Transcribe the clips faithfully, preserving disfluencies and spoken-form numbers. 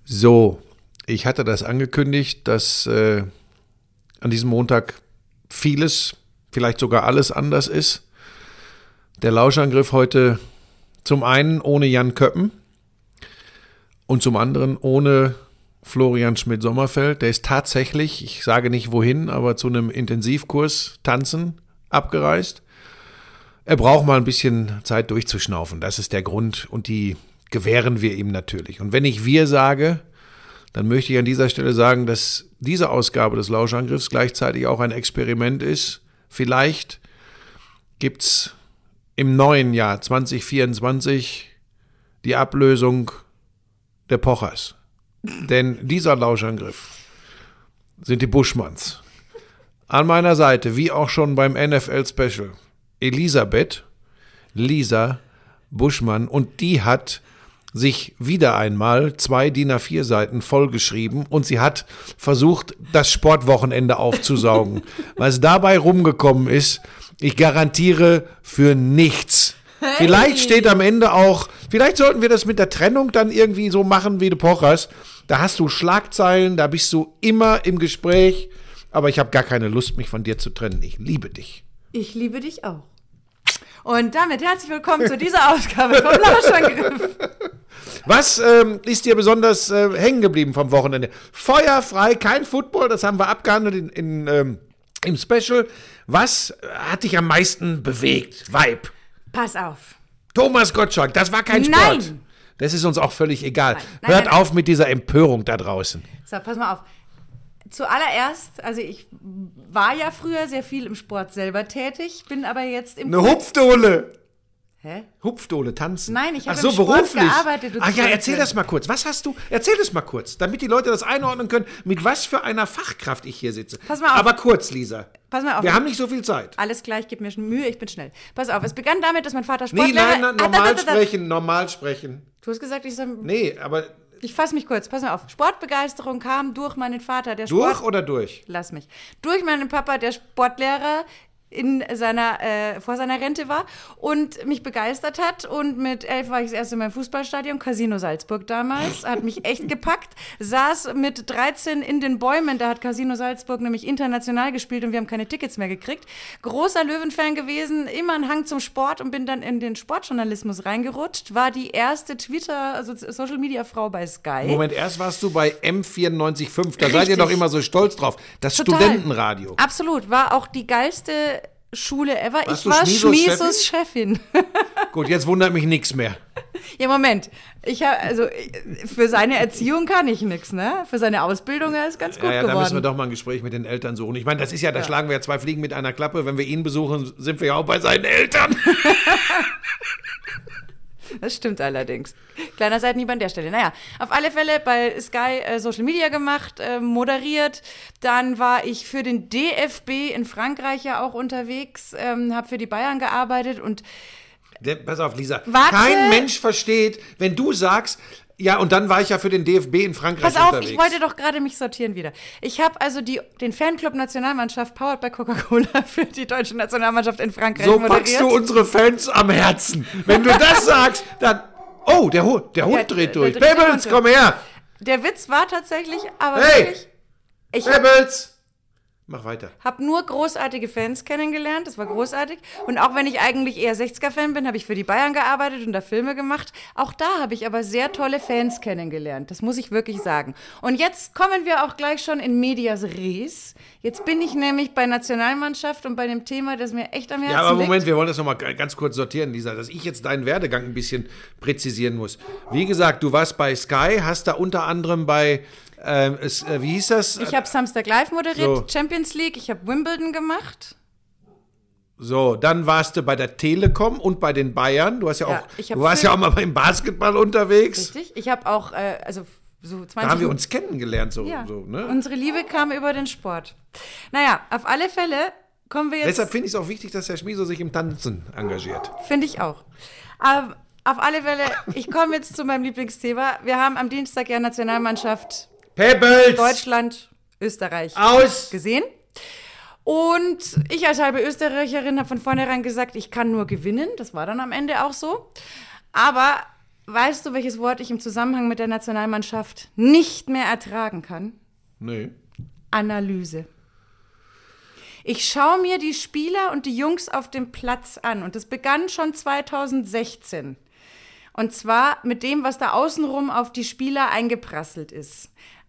So, ich hatte das angekündigt, dass äh, an diesem Montag vieles, vielleicht sogar alles anders ist. Der Lauschangriff heute zum einen ohne Jan Köppen und zum anderen ohne Florian Schmidt-Sommerfeld. Der ist tatsächlich, ich sage nicht wohin, aber zu einem Intensivkurs Tanzen abgereist. Er braucht mal ein bisschen Zeit durchzuschnaufen. Das ist der Grund und die gewähren wir ihm natürlich. Und wenn ich wir sage, dann möchte ich an dieser Stelle sagen, dass diese Ausgabe des Lauschangriffs gleichzeitig auch ein Experiment ist. Vielleicht gibt es im neuen Jahr zwanzig vierundzwanzig die Ablösung der Pochers. Denn dieser Lauschangriff sind die Buschmanns. An meiner Seite, wie auch schon beim N F L-Special, Elisabeth, Lisa Buschmann. Und die hat sich wieder einmal zwei D I N A vier Seiten vollgeschrieben und sie hat versucht, das Sportwochenende aufzusaugen. Was dabei rumgekommen ist, ich garantiere für nichts. Hey. Vielleicht steht am Ende auch, vielleicht sollten wir das mit der Trennung dann irgendwie so machen wie die Pochers. Da hast du Schlagzeilen, da bist du immer im Gespräch, aber ich habe gar keine Lust, mich von dir zu trennen. Ich liebe dich. Ich liebe dich auch. Und damit herzlich willkommen zu dieser Ausgabe vom Lauschangriff. Was ähm, ist dir besonders äh, hängen geblieben vom Wochenende? Feuerfrei, kein Football, das haben wir abgehandelt in, in, ähm, im Special. Was hat dich am meisten bewegt? Vibe. Pass auf. Thomas Gottschalk, das war kein Nein. Sport. Das ist uns auch völlig egal. Nein, nein, Hört nein, auf mit dieser Empörung da draußen. So, pass mal auf. Zuallererst, also ich war ja früher sehr viel im Sport selber tätig, bin aber jetzt im... Eine Hupfdohle. Hä? Hupfdohle, tanzen. Nein, ich habe so, im Sport beruflich gearbeitet. Ach ja, erzähl das mal kurz. Was hast du? Erzähl das mal kurz, damit die Leute das einordnen können, mit was für einer Fachkraft ich hier sitze. Pass mal auf. Aber kurz, Lisa. Pass mal auf. Wir haben nicht so viel Zeit. Alles gleich, gib mir schon Mühe, ich bin schnell. Pass auf, es begann damit, dass mein Vater Nee, Sportlehrer... nein, nein, Ah, da, normal da, da, da. sprechen, normal sprechen. Du hast gesagt, ich soll... Nee, aber Ich fasse mich kurz, pass mal auf. Sportbegeisterung kam durch meinen Vater, der durch Sport... oder durch? Lass mich. Durch meinen Papa, der Sportlehrer in seiner, äh, vor seiner Rente war und mich begeistert hat. Und mit elf war ich das erste Mal im Fußballstadion, Casino Salzburg damals, hat mich echt gepackt. Saß mit dreizehn in den Bäumen, da hat Casino Salzburg nämlich international gespielt und wir haben keine Tickets mehr gekriegt. Großer Löwenfan gewesen, immer ein Hang zum Sport und bin dann in den Sportjournalismus reingerutscht. War die erste Twitter, also Social-Media-Frau bei Sky. Moment, erst warst du bei M vierundneunzig Komma fünf, da Richtig. seid ihr doch immer so stolz drauf. Das Total. Studentenradio. Absolut, war auch die geilste Schule ever. Warst ich du war Schmiesos Schmiesos Chefin. Gut, jetzt wundert mich nichts mehr. Ja, Moment. Ich hab, also für seine Erziehung kann ich nichts, ne? Für seine Ausbildung er ist ganz gut Ja, ja, geworden. da müssen wir doch mal ein Gespräch mit den Eltern suchen. Ich meine, das ist ja, da Ja. schlagen wir ja zwei Fliegen mit einer Klappe. Wenn wir ihn besuchen, sind wir ja auch bei seinen Eltern. Das stimmt allerdings. Kleiner Seitenhieb an der Stelle. Naja, auf alle Fälle bei Sky äh, Social Media gemacht, äh, moderiert. Dann war ich für den D F B in Frankreich ja auch unterwegs, ähm, habe für die Bayern gearbeitet und Der, pass auf, Lisa. Warte. Kein Mensch versteht, wenn du sagst, ja, und dann war ich ja für den D F B in Frankreich pass auf, unterwegs. ich wollte doch gerade mich sortieren wieder. Ich habe also die, den Fanclub Nationalmannschaft powered by Coca-Cola für die deutsche Nationalmannschaft in Frankreich So moderiert. packst du unsere Fans am Herzen. Wenn du das sagst, dann... Oh, der Hund, der Hund Ja, dreht der durch. dreht Pebbles, durch. komm her. Der Witz war tatsächlich, aber Hey. wirklich, ich habe Pebbles. Mach weiter. Hab nur großartige Fans kennengelernt, das war großartig. Und auch wenn ich eigentlich eher sechziger-Fan bin, habe ich für die Bayern gearbeitet und da Filme gemacht. Auch da habe ich aber sehr tolle Fans kennengelernt, das muss ich wirklich sagen. Und jetzt kommen wir auch gleich schon in medias res. Jetzt bin ich nämlich bei Nationalmannschaft und bei dem Thema, das mir echt am Herzen Ja, aber liegt. Moment, wir wollen das nochmal ganz kurz sortieren, Lisa, dass ich jetzt deinen Werdegang ein bisschen präzisieren muss. Wie gesagt, du warst bei Sky, hast da unter anderem bei, äh, es, äh, wie hieß das? Ich habe Samstag Live moderiert, So. Champions League, ich habe Wimbledon gemacht. So, dann warst du bei der Telekom und bei den Bayern. Du, hast ja Ja, auch, ich hab du warst viel- ja auch mal beim Basketball unterwegs. Richtig? Ich habe auch, äh, also so zwanzig... Da haben wir uns kennengelernt, so, Ja, so ne? unsere Liebe kam über den Sport. Naja, auf alle Fälle kommen wir jetzt... Deshalb finde ich es auch wichtig, dass Herr Schmieso sich im Tanzen engagiert. Finde ich auch. Aber auf alle Fälle, ich komme jetzt zu meinem Lieblingsthema. Wir haben am Dienstag ja Nationalmannschaft Pebbles! Deutschland, Österreich Aus! gesehen. Und ich als halbe Österreicherin habe von vornherein gesagt, ich kann nur gewinnen. Das war dann am Ende auch so. Aber weißt du, welches Wort ich im Zusammenhang mit der Nationalmannschaft nicht mehr ertragen kann? Nee. Analyse. Ich schaue mir die Spieler und die Jungs auf dem Platz an. Und das begann schon zweitausendsechzehn. Und zwar mit dem, was da außenrum auf die Spieler eingeprasselt ist.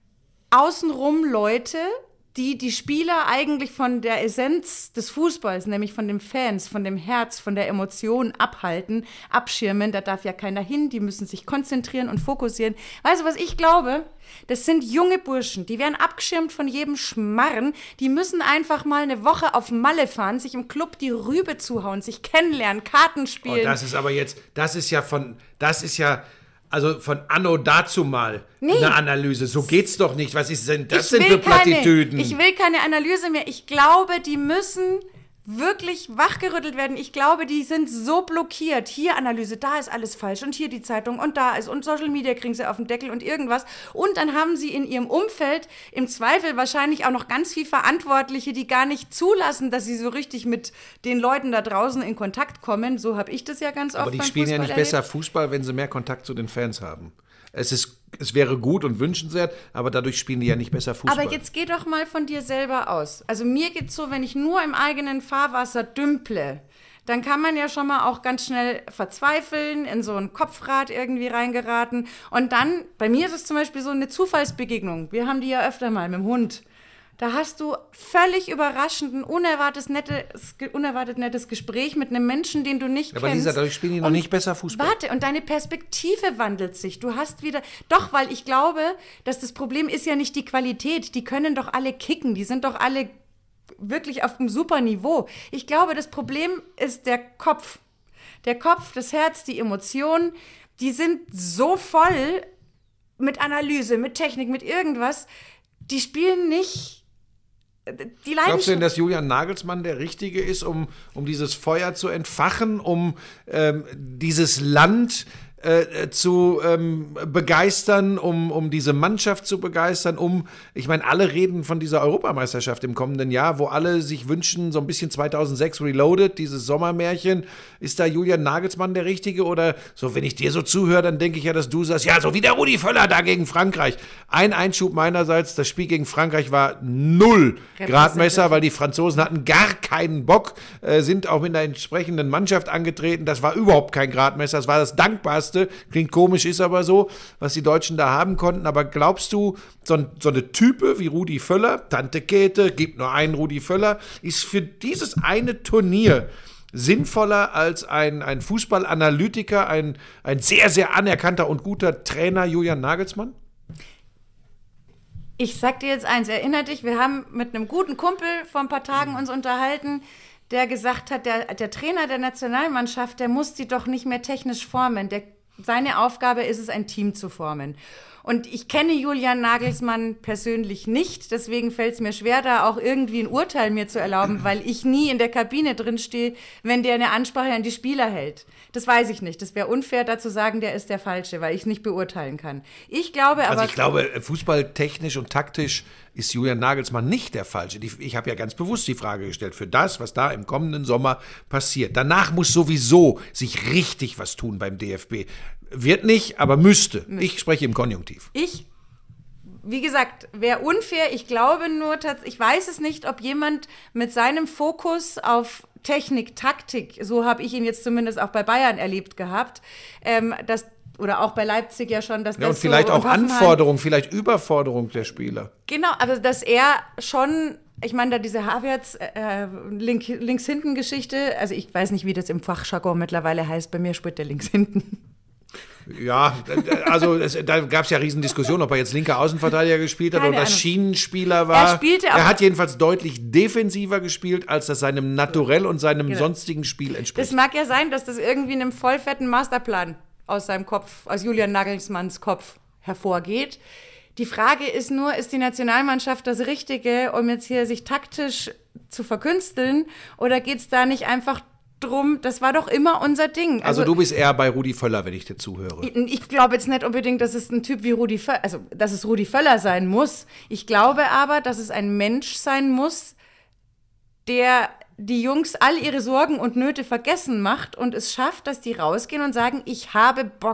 Außenrum Leute, die die Spieler eigentlich von der Essenz des Fußballs, nämlich von den Fans, von dem Herz, von der Emotion abhalten, abschirmen. Da darf ja keiner hin, die müssen sich konzentrieren und fokussieren. Weißt du, was ich glaube? Das sind junge Burschen, die werden abgeschirmt von jedem Schmarren. Die müssen einfach mal eine Woche auf Malle fahren, sich im Club die Rübe zuhauen, sich kennenlernen, Karten spielen. Oh, das ist aber jetzt, das ist ja von, das ist ja... Also von anno dazu mal nee. eine Analyse. So geht's doch nicht. Was ist denn das ich denn für Plattitüden? Keine, ich will keine Analyse mehr. Ich glaube, die müssen wirklich wachgerüttelt werden. Ich glaube, die sind so blockiert. Hier Analyse, da ist alles falsch und hier die Zeitung und da ist und Social Media kriegen sie auf den Deckel und irgendwas. Und dann haben sie in ihrem Umfeld im Zweifel wahrscheinlich auch noch ganz viel Verantwortliche, die gar nicht zulassen, dass sie so richtig mit den Leuten da draußen in Kontakt kommen. So habe ich das ja ganz oft Aber die beim spielen Fußball ja nicht erlebt. besser Fußball, wenn sie mehr Kontakt zu den Fans haben. Es ist, es wäre gut und wünschenswert, aber dadurch spielen die ja nicht besser Fußball. Aber jetzt geh doch mal von dir selber aus. Also mir geht's so, wenn ich nur im eigenen Fahrwasser dümple, dann kann man ja schon mal auch ganz schnell verzweifeln, in so ein Kopfrad irgendwie reingeraten. Und dann, bei mir ist es zum Beispiel so eine Zufallsbegegnung. Wir haben die ja öfter mal mit dem Hund. Da hast du völlig überraschend ein unerwartet nettes, unerwartet nettes Gespräch mit einem Menschen, den du nicht aber kennst. Lisa, dadurch spielen die noch und nicht besser Fußball. Warte, und deine Perspektive wandelt sich. Du hast wieder, doch, weil ich glaube, dass das Problem ist ja nicht die Qualität. Die können doch alle kicken, die sind doch alle wirklich auf einem super Niveau. Ich glaube, das Problem ist der Kopf. Der Kopf, das Herz, die Emotionen, die sind so voll mit Analyse, mit Technik, mit irgendwas, die spielen nicht... Die Glaubst du denn, dass Julian Nagelsmann der Richtige ist, um, um dieses Feuer zu entfachen, um ähm, dieses Land äh, zu ähm, begeistern, um, um diese Mannschaft zu begeistern, um, ich meine, alle reden von dieser Europameisterschaft im kommenden Jahr, wo alle sich wünschen, so ein bisschen zweitausendsechs Reloaded, dieses Sommermärchen. Ist da Julian Nagelsmann der Richtige? Oder so, wenn ich dir so zuhöre, dann denke ich ja, dass du sagst, ja, so wie der Rudi Völler da gegen Frankreich. Ein Einschub meinerseits, das Spiel gegen Frankreich war null Gradmesser, weil die Franzosen hatten gar keinen Bock, äh, sind auch mit einer entsprechenden Mannschaft angetreten. Das war überhaupt kein Gradmesser, das war das Dankbarste. Klingt komisch, ist aber so, was die Deutschen da haben konnten. Aber glaubst du, so, so eine Type wie Rudi Völler, Tante Käthe, gibt nur einen Rudi Völler, ist für dieses eine Turnier sinnvoller als ein, ein Fußballanalytiker, ein, ein sehr, sehr anerkannter und guter Trainer Julian Nagelsmann? Ich sag dir jetzt eins, erinner dich, wir haben mit einem guten Kumpel vor ein paar Tagen uns unterhalten, der gesagt hat, der, der Trainer der Nationalmannschaft, der muss die doch nicht mehr technisch formen. Der, seine Aufgabe ist es, ein Team zu formen. Und ich kenne Julian Nagelsmann persönlich nicht, deswegen fällt es mir schwer, da auch irgendwie ein Urteil mir zu erlauben, weil ich nie in der Kabine drin stehe, wenn der eine Ansprache an die Spieler hält. Das weiß ich nicht. Das wäre unfair, da zu sagen, der ist der Falsche, weil ich es nicht beurteilen kann. Ich glaube aber... Also ich glaube, fußballtechnisch und taktisch ist Julian Nagelsmann nicht der Falsche. Ich habe ja ganz bewusst die Frage gestellt, für das, was da im kommenden Sommer passiert. Danach muss sowieso sich richtig was tun beim D F B. Wird nicht, aber müsste. Ich spreche im Konjunktiv. Ich, wie gesagt, wäre unfair. Ich glaube nur, ich weiß es nicht, ob jemand mit seinem Fokus auf Technik, Taktik, so habe ich ihn jetzt zumindest auch bei Bayern erlebt gehabt, ähm, dass oder auch bei Leipzig ja schon, dass ja, das und vielleicht so, auch Anforderung, vielleicht Überforderung der Spieler. Genau, aber dass er schon, ich meine, da diese Havertz äh, Link, Links-Hinten-Geschichte, also ich weiß nicht, wie das im Fachjargon mittlerweile heißt, bei mir spielt der links hinten. Ja, also es, da gab es ja riesen Diskussionen, ob er jetzt linker Außenverteidiger gespielt hat Keine oder das Ahnung. Schienenspieler war. Er spielte auch- er hat jedenfalls deutlich defensiver gespielt, als das seinem Naturell und seinem Genau. sonstigen Spiel entspricht. Das mag ja sein, dass das irgendwie in einem vollfetten Masterplan aus seinem Kopf, aus Julian Nagelsmanns Kopf hervorgeht. Die Frage ist nur, ist die Nationalmannschaft das Richtige, um jetzt hier sich taktisch zu verkünsteln, oder geht es da nicht einfach drum, das war doch immer unser Ding. Also, also du bist eher bei Rudi Völler, wenn ich dir zuhöre. Ich, ich glaube jetzt nicht unbedingt, dass es ein Typ wie Rudi Völler, also dass es Rudi Völler sein muss. Ich glaube aber, dass es ein Mensch sein muss, der die Jungs all ihre Sorgen und Nöte vergessen macht und es schafft, dass die rausgehen und sagen, ich habe Bock.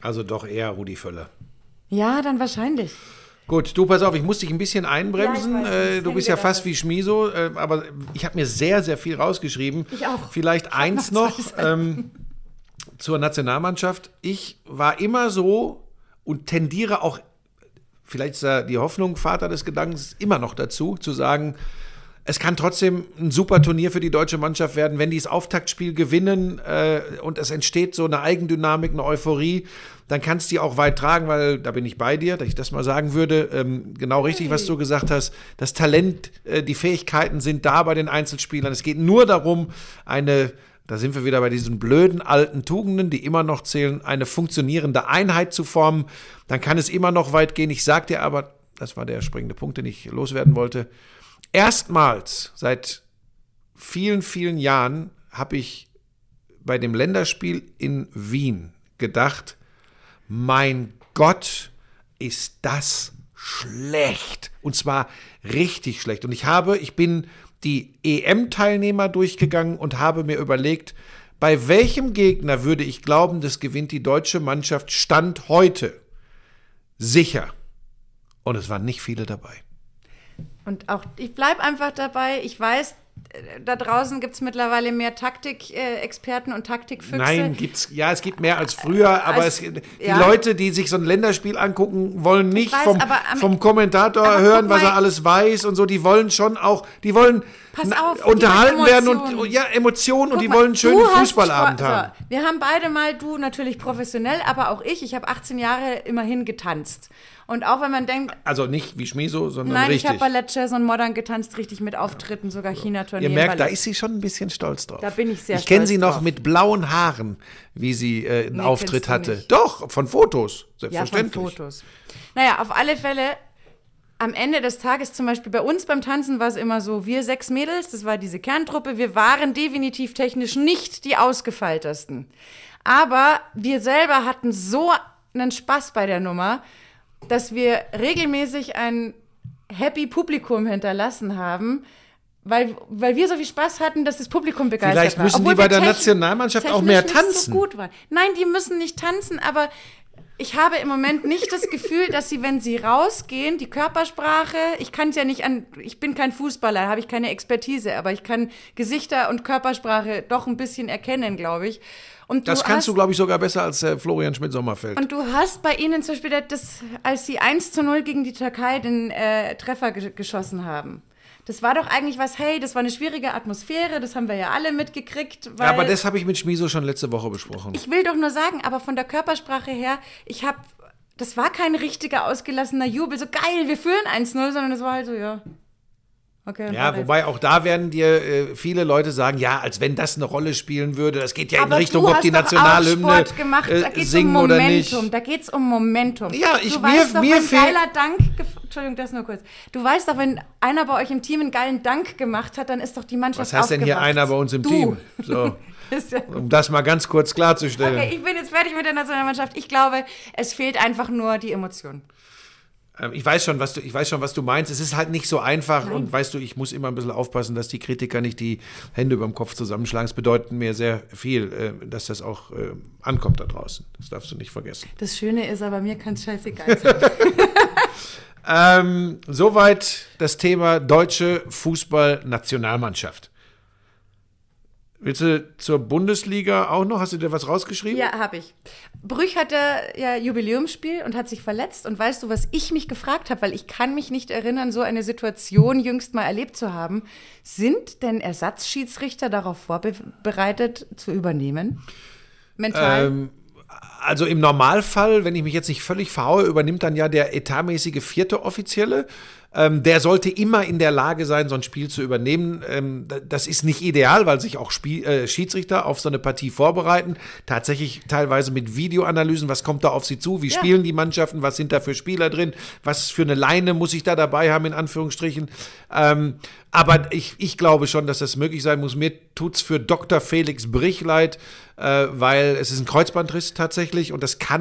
Also doch eher Rudi Völler. Ja, dann wahrscheinlich. Gut, du pass auf, ich muss dich ein bisschen einbremsen. Ja, ich weiß, äh, du ich bist ja denke, fast das wie Schmiso, äh, aber ich habe mir sehr, sehr viel rausgeschrieben. Ich auch. Vielleicht Ich hab eins noch noch zwei Seiten. ähm, zur Nationalmannschaft. Ich war immer so und tendiere auch, vielleicht ist ja die Hoffnung, Vater des Gedankens, immer noch dazu, zu sagen, es kann trotzdem ein super Turnier für die deutsche Mannschaft werden, wenn die das Auftaktspiel gewinnen äh, und es entsteht so eine Eigendynamik, eine Euphorie, dann kannst du die auch weit tragen, weil da bin ich bei dir, dass ich das mal sagen würde. Ähm, genau richtig, was du gesagt hast. Das Talent, äh, die Fähigkeiten sind da bei den Einzelspielern. Es geht nur darum, eine, da sind wir wieder bei diesen blöden alten Tugenden, die immer noch zählen, eine funktionierende Einheit zu formen. Dann kann es immer noch weit gehen. Ich sag dir aber, das war der springende Punkt, den ich loswerden wollte, erstmals seit vielen, vielen Jahren habe ich bei dem Länderspiel in Wien gedacht, mein Gott, ist das schlecht. Und zwar richtig schlecht. Und ich habe, ich bin die E M-Teilnehmer durchgegangen und habe mir überlegt, bei welchem Gegner würde ich glauben, das gewinnt die deutsche Mannschaft Stand heute sicher. Und es waren nicht viele dabei. Und auch, ich bleibe einfach dabei. Ich weiß, da draußen gibt es mittlerweile mehr Taktikexperten und Taktikfüchse. Nein, gibt's, ja, es gibt mehr als früher, aber als, es, die ja. Leute, die sich so ein Länderspiel angucken, wollen nicht weiß, vom, aber am- vom Kommentator aber hören, guck was mal- er alles weiß und so. Die wollen schon auch, die wollen Pass na- auf, die unterhalten wollen werden und Emotionen. ja, Emotionen und Guck die mal, wollen einen schönen du hast Fußballabend Sport- haben. So, wir haben beide mal, du natürlich professionell, aber auch ich, ich habe achtzehn Jahre immerhin getanzt. Und auch wenn man denkt, Also nicht wie Schmiso, sondern nein, ich richtig. habe Ballett, Jazz und Modern getanzt, richtig mit Auftritten, sogar China-Turnier. Ihr merkt, da Ballett. ist sie schon ein bisschen stolz drauf. Da bin ich sehr Ich kenne stolz sie noch drauf. mit blauen Haaren, wie sie äh, einen Nee, Auftritt kennst du hatte. nicht. Doch, von Fotos, Ja, von selbstverständlich. Fotos. Naja, auf alle Fälle, am Ende des Tages zum Beispiel bei uns beim Tanzen war es immer so, wir sechs Mädels, das war diese Kerntruppe, wir waren definitiv technisch nicht die ausgefeiltesten. Aber wir selber hatten so einen Spaß bei der Nummer, dass wir regelmäßig ein happy Publikum hinterlassen haben, weil, weil wir so viel Spaß hatten, dass das Publikum begeistert Vielleicht war. müssen Obwohl die bei wir der techn- Nationalmannschaft auch technisch mehr nicht tanzen. So gut waren. Nein, die müssen nicht tanzen, aber ich habe im Moment nicht das Gefühl, dass sie, wenn sie rausgehen, die Körpersprache, ich kann es ja nicht an, ich bin kein Fußballer, habe ich keine Expertise, aber ich kann Gesichter und Körpersprache doch ein bisschen erkennen, glaube ich. Und Das du kannst hast, du, glaube ich, sogar besser als äh, Florian Schmidt-Sommerfeld. Und du hast bei ihnen zum Beispiel, das, als sie eins zu null gegen die Türkei den äh, Treffer ge- geschossen haben. Das war doch eigentlich was, hey, das war eine schwierige Atmosphäre, das haben wir ja alle mitgekriegt. Weil Aber das habe ich mit Schmiso schon letzte Woche besprochen. ich will doch nur sagen, aber von der Körpersprache her, ich habe, das war kein richtiger ausgelassener Jubel, so geil, wir führen eins null, sondern es war halt so, ja. Okay, und Ja, weiter. wobei auch da werden dir äh, viele Leute sagen, ja, als wenn das eine Rolle spielen würde. Das geht ja aber in Richtung, du ob hast die doch Nationalhymne auch Sport gemacht. Da äh, geht's singen um oder Momentum. nicht. Da geht es um Momentum. Ja, ich- du mir- weißt doch, mir wenn fehlt- geiler Dank, gef- Entschuldigung, das nur kurz. Du weißt doch, wenn einer bei euch im Team einen geilen Dank gemacht hat, dann ist doch die Mannschaft Was heißt denn hier aufgewacht. einer bei uns im Du. Team? So, Ist ja- um das mal ganz kurz klarzustellen. Okay, ich bin jetzt fertig mit der Nationalmannschaft. Ich glaube, es fehlt einfach nur die Emotion. Ähm, Ich weiß schon, was du, ich weiß schon, was du meinst. Es ist halt nicht so einfach und weißt du, ich muss immer ein bisschen aufpassen, dass die Kritiker nicht die Hände über dem Kopf zusammenschlagen. Es bedeutet mir sehr viel, äh, dass das auch äh, ankommt da draußen. Das darfst du nicht vergessen. Das Schöne ist aber, mir kann es scheißegal sein. Ähm, soweit das Thema deutsche Fußballnationalmannschaft. Willst du zur Bundesliga auch noch? Hast du dir was rausgeschrieben? Ja, habe ich. Brüch hatte ja Jubiläumsspiel und hat sich verletzt. Und weißt du, was ich mich gefragt habe, weil ich kann mich nicht erinnern, so eine Situation jüngst mal erlebt zu haben. Sind denn Ersatzschiedsrichter darauf vorbereitet zu übernehmen? Mental? Ähm, also im Normalfall, wenn ich mich jetzt nicht völlig verhaue, übernimmt dann ja der etatmäßige vierte Offizielle. Ähm, der sollte immer in der Lage sein, so ein Spiel zu übernehmen. Ähm, das ist nicht ideal, weil sich auch Spiel, äh, Schiedsrichter auf so eine Partie vorbereiten. Tatsächlich teilweise mit Videoanalysen. Was kommt da auf sie zu? Wie Ja. spielen die Mannschaften? Was sind da für Spieler drin? Was für eine Leine muss ich da dabei haben, in Anführungsstrichen? Ähm, aber ich, ich glaube schon, dass das möglich sein muss. Mir tut's für Doktor Felix Brich leid, äh, weil es ist ein Kreuzbandriss tatsächlich und das kann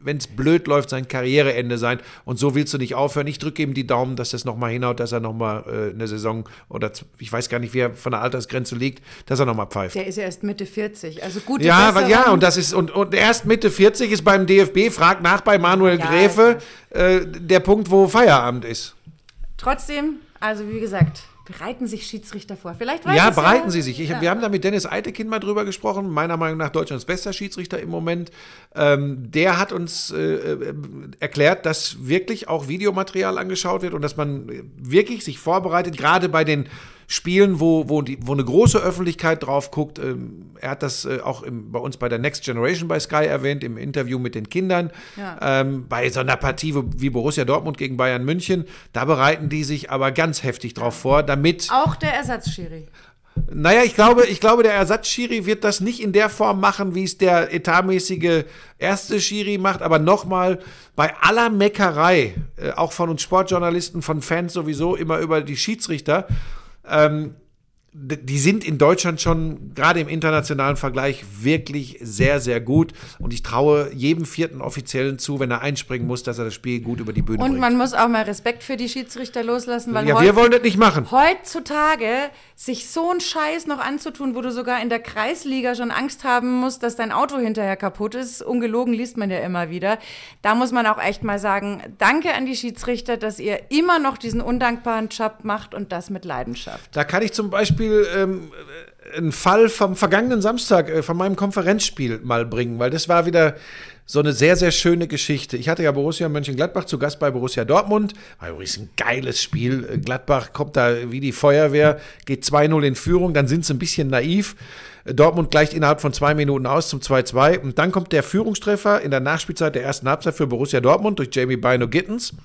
wenn es blöd läuft, sein Karriereende sein. Und so willst du nicht aufhören. Ich drücke ihm die Daumen, dass das nochmal hinhaut, dass er nochmal äh, eine Saison oder ich weiß gar nicht, wie er von der Altersgrenze liegt, dass er nochmal pfeift. Der ist ja erst Mitte vierzig, also gute Ja, Besserung. weil, ja, und das ist, und, und erst Mitte vierzig ist beim D F B, frag nach bei Manuel ja, Gräfe, äh, der Punkt, wo Feierabend ist. Trotzdem, also wie gesagt, bereiten sich Schiedsrichter vor. Vielleicht weiß Ja, es bereiten ja, sie sich. Ich, ja. Wir haben da mit Dennis Eitekin mal drüber gesprochen, meiner Meinung nach Deutschlands bester Schiedsrichter im Moment. Ähm, der hat uns äh, erklärt, dass wirklich auch Videomaterial angeschaut wird und dass man wirklich sich vorbereitet, gerade bei den Spielen, wo, wo, die, wo eine große Öffentlichkeit drauf guckt. Ähm, er hat das äh, auch im, bei uns bei der Next Generation bei Sky erwähnt, im Interview mit den Kindern. Ja. Ähm, bei so einer Partie wie Borussia Dortmund gegen Bayern München, da bereiten die sich aber ganz heftig drauf vor, damit... Auch der Ersatzschiri. Naja, ich glaube, ich glaube, der Ersatzschiri wird das nicht in der Form machen, wie es der etatmäßige erste Schiri macht, aber nochmal, bei aller Meckerei, äh, auch von uns Sportjournalisten, von Fans sowieso, immer über die Schiedsrichter, ähm, die sind in Deutschland schon, gerade im internationalen Vergleich, wirklich sehr, sehr gut. Und ich traue jedem vierten Offiziellen zu, wenn er einspringen muss, dass er das Spiel gut über die Bühne Und bringt. man muss auch mal Respekt für die Schiedsrichter loslassen, weil Ja, heut- wir wollen das nicht machen. heutzutage sich so einen Scheiß noch anzutun, wo du sogar in der Kreisliga schon Angst haben musst, dass dein Auto hinterher kaputt ist. Ungelogen liest man ja immer wieder. Da muss man auch echt mal sagen, danke an die Schiedsrichter, dass ihr immer noch diesen undankbaren Job macht und das mit Leidenschaft. Da kann ich zum Beispiel ähm, einen Fall vom vergangenen Samstag, äh, von meinem Konferenzspiel mal bringen, weil das war wieder so eine sehr, sehr schöne Geschichte. Ich hatte ja Borussia Mönchengladbach zu Gast bei Borussia Dortmund. War übrigens ein geiles Spiel. Gladbach kommt da wie die Feuerwehr, geht zwei null in Führung, dann sind sie ein bisschen naiv. Dortmund gleicht innerhalb von zwei Minuten aus zum zwei zwei und dann kommt der Führungstreffer in der Nachspielzeit der ersten Halbzeit für Borussia Dortmund durch Jamie Bino-Gittens.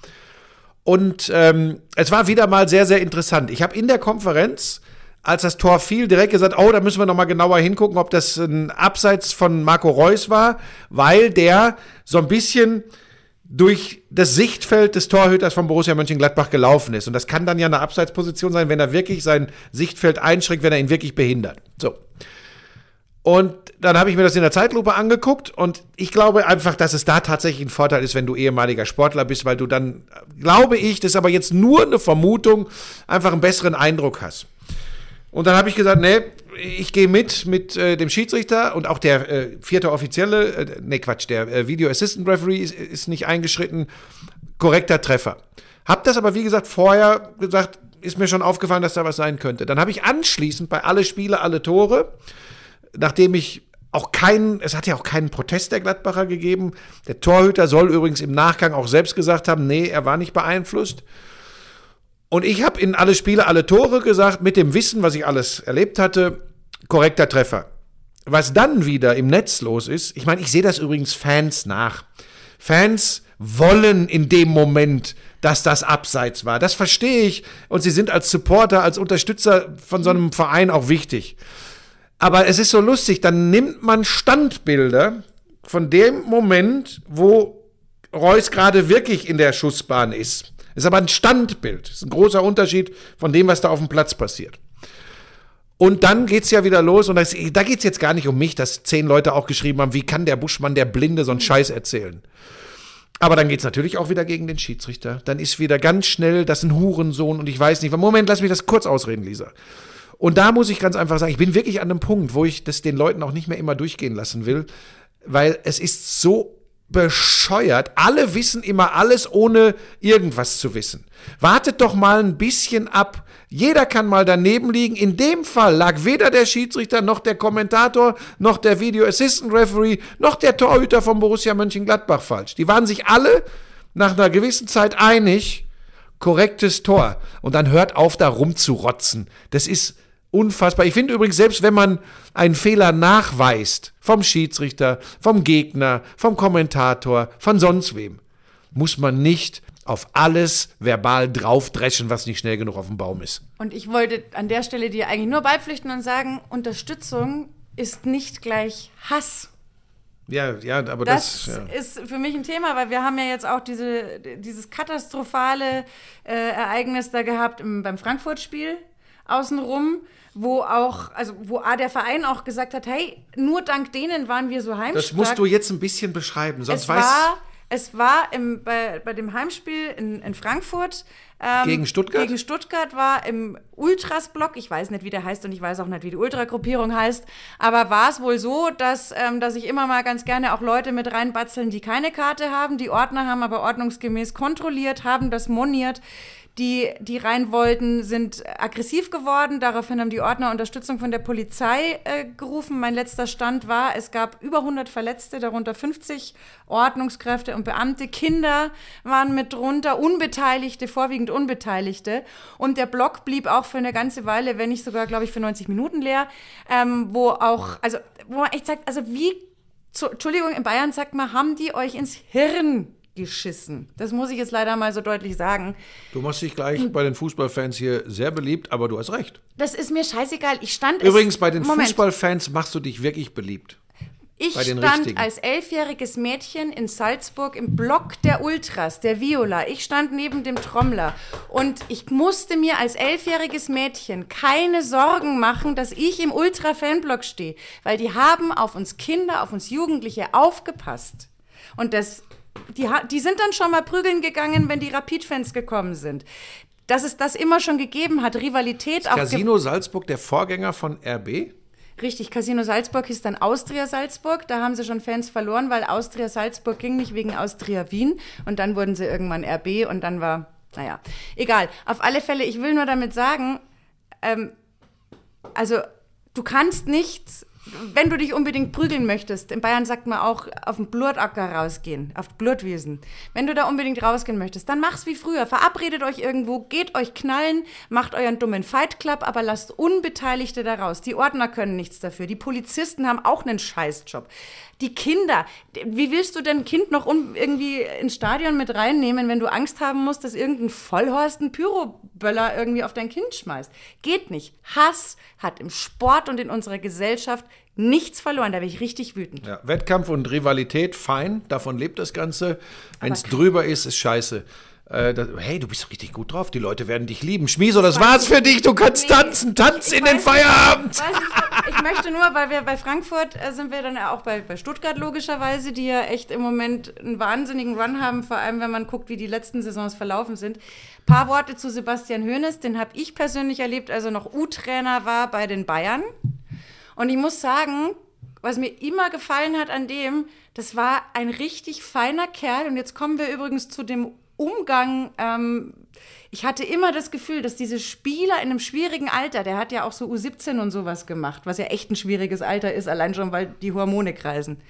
Und ähm, es war wieder mal sehr, sehr interessant. Ich habe in der Konferenz, als das Tor fiel, direkt gesagt, oh, da müssen wir noch mal genauer hingucken, ob das ein Abseits von Marco Reus war, weil der so ein bisschen durch das Sichtfeld des Torhüters von Borussia Mönchengladbach gelaufen ist. Und das kann dann ja eine Abseitsposition sein, wenn er wirklich sein Sichtfeld einschränkt, wenn er ihn wirklich behindert. So. Und dann habe ich mir das in der Zeitlupe angeguckt und ich glaube einfach, dass es da tatsächlich ein Vorteil ist, wenn du ehemaliger Sportler bist, weil du dann, glaube ich, das ist aber jetzt nur eine Vermutung, einfach einen besseren Eindruck hast. Und dann habe ich gesagt, nee, ich gehe mit mit äh, dem Schiedsrichter und auch der äh, vierte Offizielle, äh, nee Quatsch, der äh, Video Assistant Referee ist, ist nicht eingeschritten, korrekter Treffer. Hab das aber, wie gesagt, vorher gesagt, ist mir schon aufgefallen, dass da was sein könnte. Dann habe ich anschließend bei alle Spiele, alle Tore, nachdem ich auch keinen, es hat ja auch keinen Protest der Gladbacher gegeben. Der Torhüter soll übrigens im Nachgang auch selbst gesagt haben, nee, er war nicht beeinflusst. Und ich habe in alle Spiele, alle Tore gesagt, mit dem Wissen, was ich alles erlebt hatte, korrekter Treffer. Was dann wieder im Netz los ist, ich meine, ich sehe das übrigens Fans nach. Fans wollen in dem Moment, dass das Abseits war. Das verstehe ich. Und sie sind als Supporter, als Unterstützer von so einem Verein auch wichtig. Aber es ist so lustig, dann nimmt man Standbilder von dem Moment, wo Reus gerade wirklich in der Schussbahn ist. Das ist aber ein Standbild. Das ist ein großer Unterschied von dem, was da auf dem Platz passiert. Und dann geht's ja wieder los. Und das, da geht's jetzt gar nicht um mich, dass zehn Leute auch geschrieben haben, wie kann der Buschmann, der Blinde, so einen Scheiß erzählen. Aber dann geht's natürlich auch wieder gegen den Schiedsrichter. Dann ist wieder ganz schnell, das ist ein Hurensohn und ich weiß nicht. Moment, lass mich das kurz ausreden, Lisa. Und da muss ich ganz einfach sagen, ich bin wirklich an einem Punkt, wo ich das den Leuten auch nicht mehr immer durchgehen lassen will, weil es ist so bescheuert. Alle wissen immer alles, ohne irgendwas zu wissen. Wartet doch mal ein bisschen ab. Jeder kann mal daneben liegen. In dem Fall lag weder der Schiedsrichter, noch der Kommentator, noch der Video Assistant Referee, noch der Torhüter von Borussia Mönchengladbach falsch. Die waren sich alle nach einer gewissen Zeit einig, korrektes Tor. Und dann hört auf, da rumzurotzen. Das ist unfassbar. Ich finde übrigens, selbst wenn man einen Fehler nachweist, vom Schiedsrichter, vom Gegner, vom Kommentator, von sonst wem, muss man nicht auf alles verbal draufdreschen, was nicht schnell genug auf dem Baum ist. Und ich wollte an der Stelle dir eigentlich nur beipflichten und sagen, Unterstützung ist nicht gleich Hass. Ja, ja, aber das, das, das ja. ist für mich ein Thema, weil wir haben ja jetzt auch diese, dieses katastrophale äh, Ereignis da gehabt im, beim Frankfurt-Spiel außenrum, wo auch, also wo A, der Verein auch gesagt hat, hey, nur dank denen waren wir so heimstark. Das musst du jetzt ein bisschen beschreiben, sonst es weiß... war Es war im, bei, bei dem Heimspiel in, in Frankfurt. Ähm, gegen Stuttgart? Gegen Stuttgart war im Ultras-Block, ich weiß nicht, wie der heißt und ich weiß auch nicht, wie die Ultra-Gruppierung heißt, aber war es wohl so, dass, ähm, dass ich immer mal ganz gerne auch Leute mit reinbatzeln, die keine Karte haben. Die Ordner haben aber ordnungsgemäß kontrolliert, haben das moniert. Die, die rein wollten, sind aggressiv geworden. Daraufhin haben die Ordner Unterstützung von der Polizei äh, gerufen. Mein letzter Stand war, es gab über hundert Verletzte, darunter fünfzig Ordnungskräfte und Beamte. Kinder waren mit drunter, Unbeteiligte, vorwiegend Unbeteiligte. Und der Block blieb auch für eine ganze Weile, wenn nicht sogar, glaube ich, für neunzig Minuten leer. Ähm, wo auch, also wo man echt sagt, also wie, zu, Entschuldigung, in Bayern sagt man, haben die euch ins Hirn geschissen. Das muss ich jetzt leider mal so deutlich sagen. Du machst dich gleich bei den Fußballfans hier sehr beliebt, aber du hast recht. Das ist mir scheißegal. Ich stand Übrigens, es, bei den Moment. Fußballfans machst du dich wirklich beliebt. Ich bei den stand Richtigen. als elfjähriges Mädchen in Salzburg im Block der Ultras, der Viola. Ich stand neben dem Trommler und ich musste mir als elfjähriges Mädchen keine Sorgen machen, dass ich im Ultra-Fanblock stehe, weil die haben auf uns Kinder, auf uns Jugendliche aufgepasst. Und das Die, die sind dann schon mal prügeln gegangen, wenn die Rapid-Fans gekommen sind. Dass es das immer schon gegeben hat, Rivalität. Ist Casino ge- Salzburg der Vorgänger von R B? Richtig, Casino Salzburg hieß dann Austria Salzburg. Da haben sie schon Fans verloren, weil Austria Salzburg ging nicht wegen Austria Wien. Und dann wurden sie irgendwann R B und dann war, naja, egal. Auf alle Fälle, ich will nur damit sagen, ähm, also du kannst nichts... Wenn du dich unbedingt prügeln möchtest, in Bayern sagt man auch, auf den Blutacker rausgehen, auf Blutwiesen. Wenn du da unbedingt rausgehen möchtest, dann mach's wie früher. Verabredet euch irgendwo, geht euch knallen, macht euren dummen Fight Club, aber lasst Unbeteiligte da raus. Die Ordner können nichts dafür. Die Polizisten haben auch einen Scheißjob. Die Kinder, wie willst du denn ein Kind noch un- irgendwie ins Stadion mit reinnehmen, wenn du Angst haben musst, dass irgendein Vollhorst einen Pyroböller irgendwie auf dein Kind schmeißt? Geht nicht. Hass hat im Sport und in unserer Gesellschaft nichts verloren. Da bin ich richtig wütend. Ja, Wettkampf und Rivalität, fein, davon lebt das Ganze. Wenn es drüber ist, ist scheiße. Äh, das, hey, du bist richtig gut drauf, die Leute werden dich lieben. Schmieso, das war's für dich, du kannst nee, tanzen, tanz in den Feierabend. Weiß ich, ich möchte nur, weil wir bei Frankfurt äh, sind wir dann auch bei, bei Stuttgart logischerweise, die ja echt im Moment einen wahnsinnigen Run haben, vor allem wenn man guckt, wie die letzten Saisons verlaufen sind. Ein paar Worte zu Sebastian Hoeneß, den habe ich persönlich erlebt, als er noch U-Trainer war bei den Bayern. Und ich muss sagen, was mir immer gefallen hat an dem, das war ein richtig feiner Kerl. Und jetzt kommen wir übrigens zu dem Umgang. Ähm, ich hatte immer das Gefühl, dass diese Spieler in einem schwierigen Alter, der hat ja auch so U siebzehn und sowas gemacht, was ja echt ein schwieriges Alter ist, allein schon, weil die Hormone kreisen.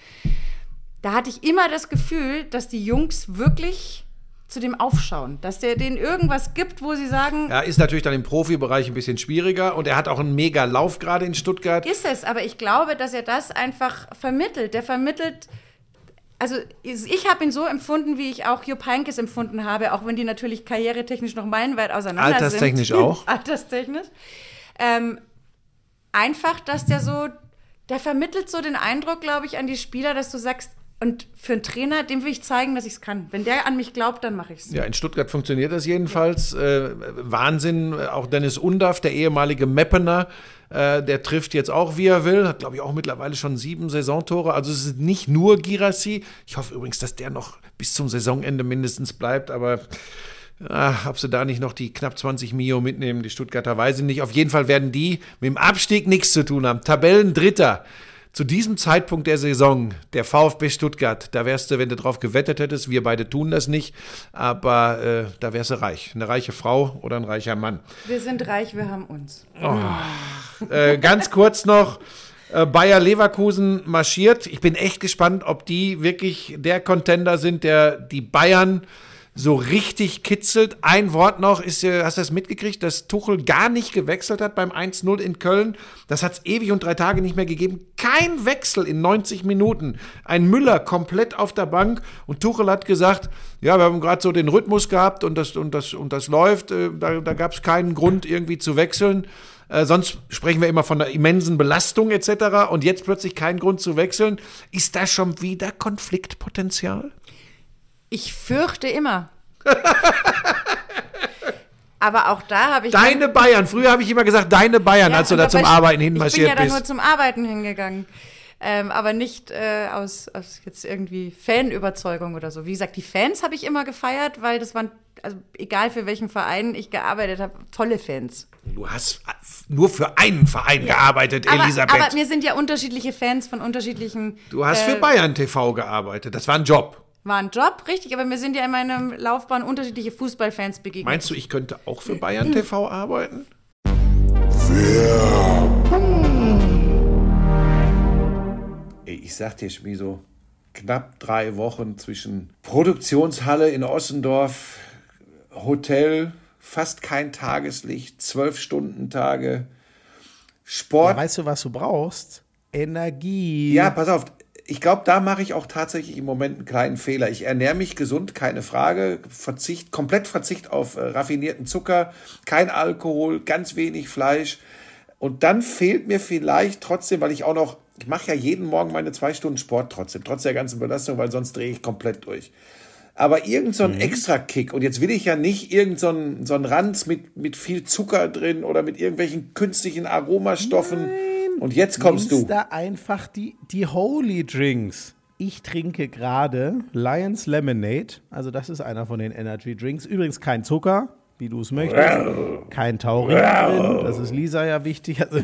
Da hatte ich immer das Gefühl, dass die Jungs wirklich zu dem aufschauen, dass der denen irgendwas gibt, wo sie sagen... Ja, ist natürlich dann im Profibereich ein bisschen schwieriger und er hat auch einen mega Lauf gerade in Stuttgart. Ist es, aber ich glaube, dass er das einfach vermittelt. Der vermittelt... Also ich habe ihn so empfunden, wie ich auch Jupp Heynckes empfunden habe, auch wenn die natürlich karrieretechnisch noch meilenweit auseinander Alterstechnisch sind. auch. Alterstechnisch. Ähm, einfach, dass der so, der vermittelt so den Eindruck, glaube ich, an die Spieler, dass du sagst, und für einen Trainer, dem will ich zeigen, dass ich es kann. Wenn der an mich glaubt, dann mache ich es. Ja, in Stuttgart funktioniert das jedenfalls. Äh, Wahnsinn. Auch Dennis Undaff, der ehemalige Meppener, äh, der trifft jetzt auch, wie er will. Hat, glaube ich, auch mittlerweile schon sieben Saisontore. Also es ist nicht nur Guirassy. Ich hoffe übrigens, dass der noch bis zum Saisonende mindestens bleibt. Aber ach, ob sie da nicht noch die knapp zwanzig Mio mitnehmen, die Stuttgarter, weiß ich nicht. Auf jeden Fall werden die mit dem Abstieg nichts zu tun haben. Tabellendritter. Zu diesem Zeitpunkt der Saison, der VfB Stuttgart, da wärst du, wenn du drauf gewettet hättest, wir beide tun das nicht, aber äh, da wärst du reich. Eine reiche Frau oder ein reicher Mann. Wir sind reich, wir haben uns. Oh. äh, ganz kurz noch, äh, Bayer Leverkusen marschiert. Ich bin echt gespannt, ob die wirklich der Contender sind, der die Bayern so richtig kitzelt. Ein Wort noch, ist, hast du das mitgekriegt, dass Tuchel gar nicht gewechselt hat beim eins null in Köln? Das hat es ewig und drei Tage nicht mehr gegeben. Kein Wechsel in neunzig Minuten. Ein Müller komplett auf der Bank und Tuchel hat gesagt, ja, wir haben gerade so den Rhythmus gehabt und das, und das, und das läuft. Da, da gab es keinen Grund irgendwie zu wechseln. Äh, sonst sprechen wir immer von einer immensen Belastung et cetera. Und jetzt plötzlich keinen Grund zu wechseln. Ist da schon wieder Konfliktpotenzial? Ich fürchte immer. Aber auch da habe ich... Deine Bayern. Früher habe ich immer gesagt, deine Bayern, ja, als du da zum Arbeiten hinmarschiert. Ich bin ja da bist. nur zum Arbeiten hingegangen. Ähm, aber nicht äh, aus, aus jetzt irgendwie Fanüberzeugung oder so. Wie gesagt, die Fans habe ich immer gefeiert, weil das waren, also egal für welchen Verein ich gearbeitet habe, tolle Fans. Du hast nur für einen Verein ja. gearbeitet, aber, Elisabeth. Aber mir sind ja unterschiedliche Fans von unterschiedlichen... Du hast äh, für Bayern T V gearbeitet, das war ein Job. War ein Job, richtig, aber mir sind ja in meiner Laufbahn unterschiedliche Fußballfans begegnet. Meinst du, ich könnte auch für Bayern T V arbeiten? Ich sag dir, Schmieso, knapp drei Wochen zwischen Produktionshalle in Ossendorf, Hotel, fast kein Tageslicht, zwölf Stunden Tage, Sport. Ja, weißt du, was du brauchst? Energie. Ja, pass auf. Ich glaube, da mache ich auch tatsächlich im Moment einen kleinen Fehler. Ich ernähre mich gesund, keine Frage. Verzicht, komplett Verzicht auf äh, raffinierten Zucker, kein Alkohol, ganz wenig Fleisch. Und dann fehlt mir vielleicht trotzdem, weil ich auch noch, ich mache ja jeden Morgen meine zwei Stunden Sport trotzdem, trotz der ganzen Belastung, weil sonst drehe ich komplett durch. Aber irgend so ein mhm. Extra-Kick, und jetzt will ich ja nicht irgend so ein, so ein Ranz mit, mit viel Zucker drin oder mit irgendwelchen künstlichen Aromastoffen. Nein. Und jetzt kommst Nimmst du. da einfach die, die Holy Drinks. Ich trinke gerade Lions Lemonade. Also das ist einer von den Energy Drinks. Übrigens kein Zucker, wie du es möchtest. Kein Taurin drin. Das ist Lisa ja wichtig. Also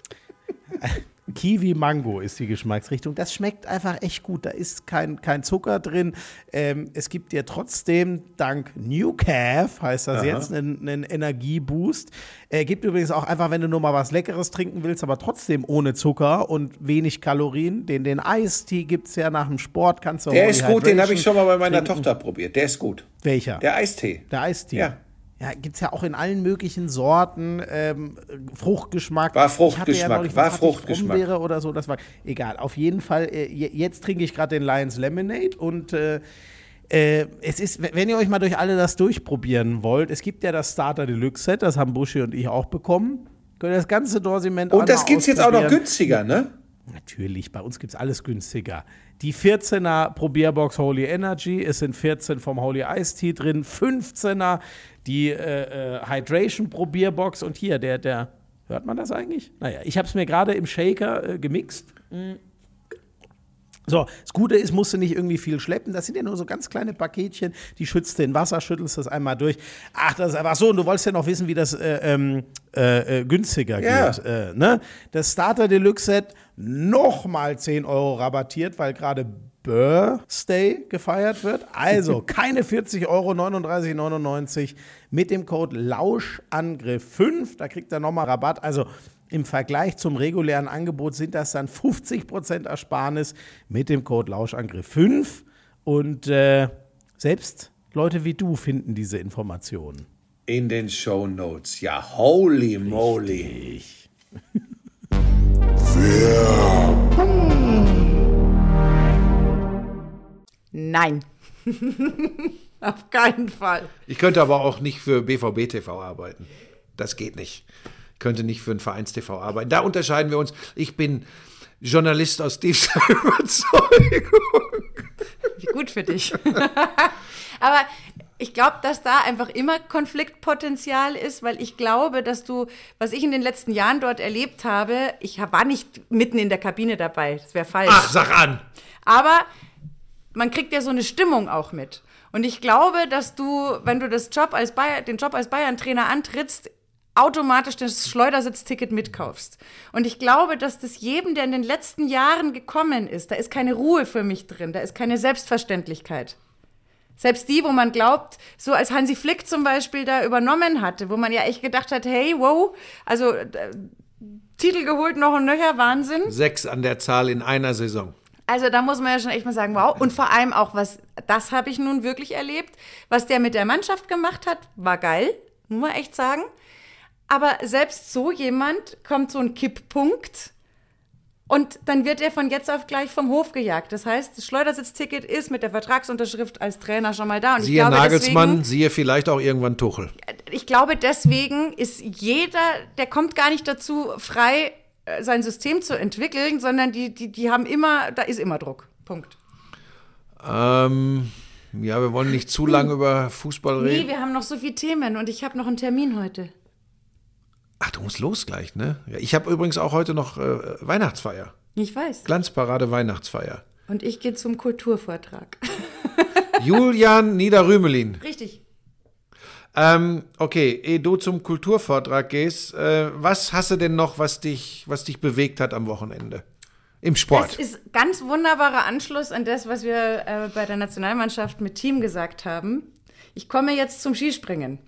Kiwi Mango ist die Geschmacksrichtung. Das schmeckt einfach echt gut. Da ist kein, kein Zucker drin. Ähm, es gibt dir trotzdem, dank New Calf, heißt das Aha. jetzt, einen, einen Energieboost. Äh, gibt übrigens auch einfach, wenn du nur mal was Leckeres trinken willst, aber trotzdem ohne Zucker und wenig Kalorien. Den, den Eistee gibt es ja nach dem Sport. Kannst du Der ist gut, den habe ich schon mal bei meiner trinken. Tochter probiert. Der ist gut. Welcher? Der Eistee. Der Eistee. Ja. Ja, gibt's ja auch in allen möglichen Sorten, ähm, Fruchtgeschmack. War Fruchtgeschmack, ja neulich, war Fruchtgeschmack. Brombeere oder so, das war egal. Auf jeden Fall, äh, jetzt trinke ich gerade den Lions Lemonade und äh, äh, es ist, wenn ihr euch mal durch alle das durchprobieren wollt, es gibt ja das Starter Deluxe Set, das haben Buschi und ich auch bekommen. Könnt ihr das ganze Dorsiment Und das gibt's jetzt auch noch günstiger, ne? Natürlich, bei uns gibt's alles günstiger. Die vierzehner Probierbox Holy Energy, es sind vierzehn vom Holy Ice Tea drin, fünfzehner die äh, äh, Hydration Probierbox und hier, der, der, hört man das eigentlich? Naja, ich habe es mir gerade im Shaker äh, gemixt. Mm. So, das Gute ist, musst du nicht irgendwie viel schleppen. Das sind ja nur so ganz kleine Paketchen, die schützt du in Wasser, schüttelst das einmal durch. Ach, das ist einfach so. Und du wolltest ja noch wissen, wie das äh, ähm, äh, günstiger ja. geht. Äh, ne? Das Starter Deluxe Set nochmal zehn Euro rabattiert, weil gerade Birthday gefeiert wird. Also keine vierzig Euro, neununddreißig neunundneunzig mit dem Code Lauschangriff fünf. Da kriegt ihr nochmal Rabatt. Also im Vergleich zum regulären Angebot sind das dann fünfzig Prozent Ersparnis mit dem Code Lauschangriff fünf. Und äh, selbst Leute wie du finden diese Informationen. In den Shownotes. Ja, holy moly. Richtig. Nein. Auf keinen Fall. Ich könnte aber auch nicht für B V B T V arbeiten. Das geht nicht. Ich könnte nicht für ein Vereins-T V arbeiten. Da unterscheiden wir uns. Ich bin Journalist aus tiefster Überzeugung. Wie gut für dich. Aber ich glaube, dass da einfach immer Konfliktpotenzial ist, weil ich glaube, dass du, was ich in den letzten Jahren dort erlebt habe, ich war nicht mitten in der Kabine dabei. Das wäre falsch. Ach, sag an. Aber man kriegt ja so eine Stimmung auch mit. Und ich glaube, dass du, wenn du das Job als Bayer, den Job als Bayern-Trainer antrittst, automatisch das Schleudersitzticket mitkaufst. Und ich glaube, dass das jedem, der in den letzten Jahren gekommen ist, da ist keine Ruhe für mich drin, da ist keine Selbstverständlichkeit. Selbst die, wo man glaubt, so als Hansi Flick zum Beispiel da übernommen hatte, wo man ja echt gedacht hat, hey, wow, also äh, Titel geholt, noch und nöcher, Wahnsinn. Sechs an der Zahl in einer Saison. Also da muss man ja schon echt mal sagen, wow. Und vor allem auch, was, das habe ich nun wirklich erlebt, was der mit der Mannschaft gemacht hat, war geil, muss man echt sagen. Aber selbst so jemand kommt so ein Kipppunkt und dann wird er von jetzt auf gleich vom Hof gejagt. Das heißt, das Schleudersitzticket ist mit der Vertragsunterschrift als Trainer schon mal da. Und siehe ich glaube, Nagelsmann, deswegen, siehe vielleicht auch irgendwann Tuchel. Ich glaube, deswegen ist jeder, der kommt gar nicht dazu, frei sein System zu entwickeln, sondern die, die, die haben immer, da ist immer Druck. Punkt. Ähm, ja, wir wollen nicht zu lange über Fußball reden. Nee, wir haben noch so viele Themen und ich habe noch einen Termin heute. Ach, du musst los gleich, ne? Ja, ich habe übrigens auch heute noch äh, Weihnachtsfeier. Ich weiß. Glanzparade Weihnachtsfeier. Und ich gehe zum Kulturvortrag. Julian Niederrümelin. Richtig. Ähm, okay, ehe du zum Kulturvortrag gehst, äh, was hast du denn noch, was dich, was dich bewegt hat am Wochenende? Im Sport. Das ist ganz wunderbarer Anschluss an das, was wir äh, bei der Nationalmannschaft mit Team gesagt haben. Ich komme jetzt zum Skispringen.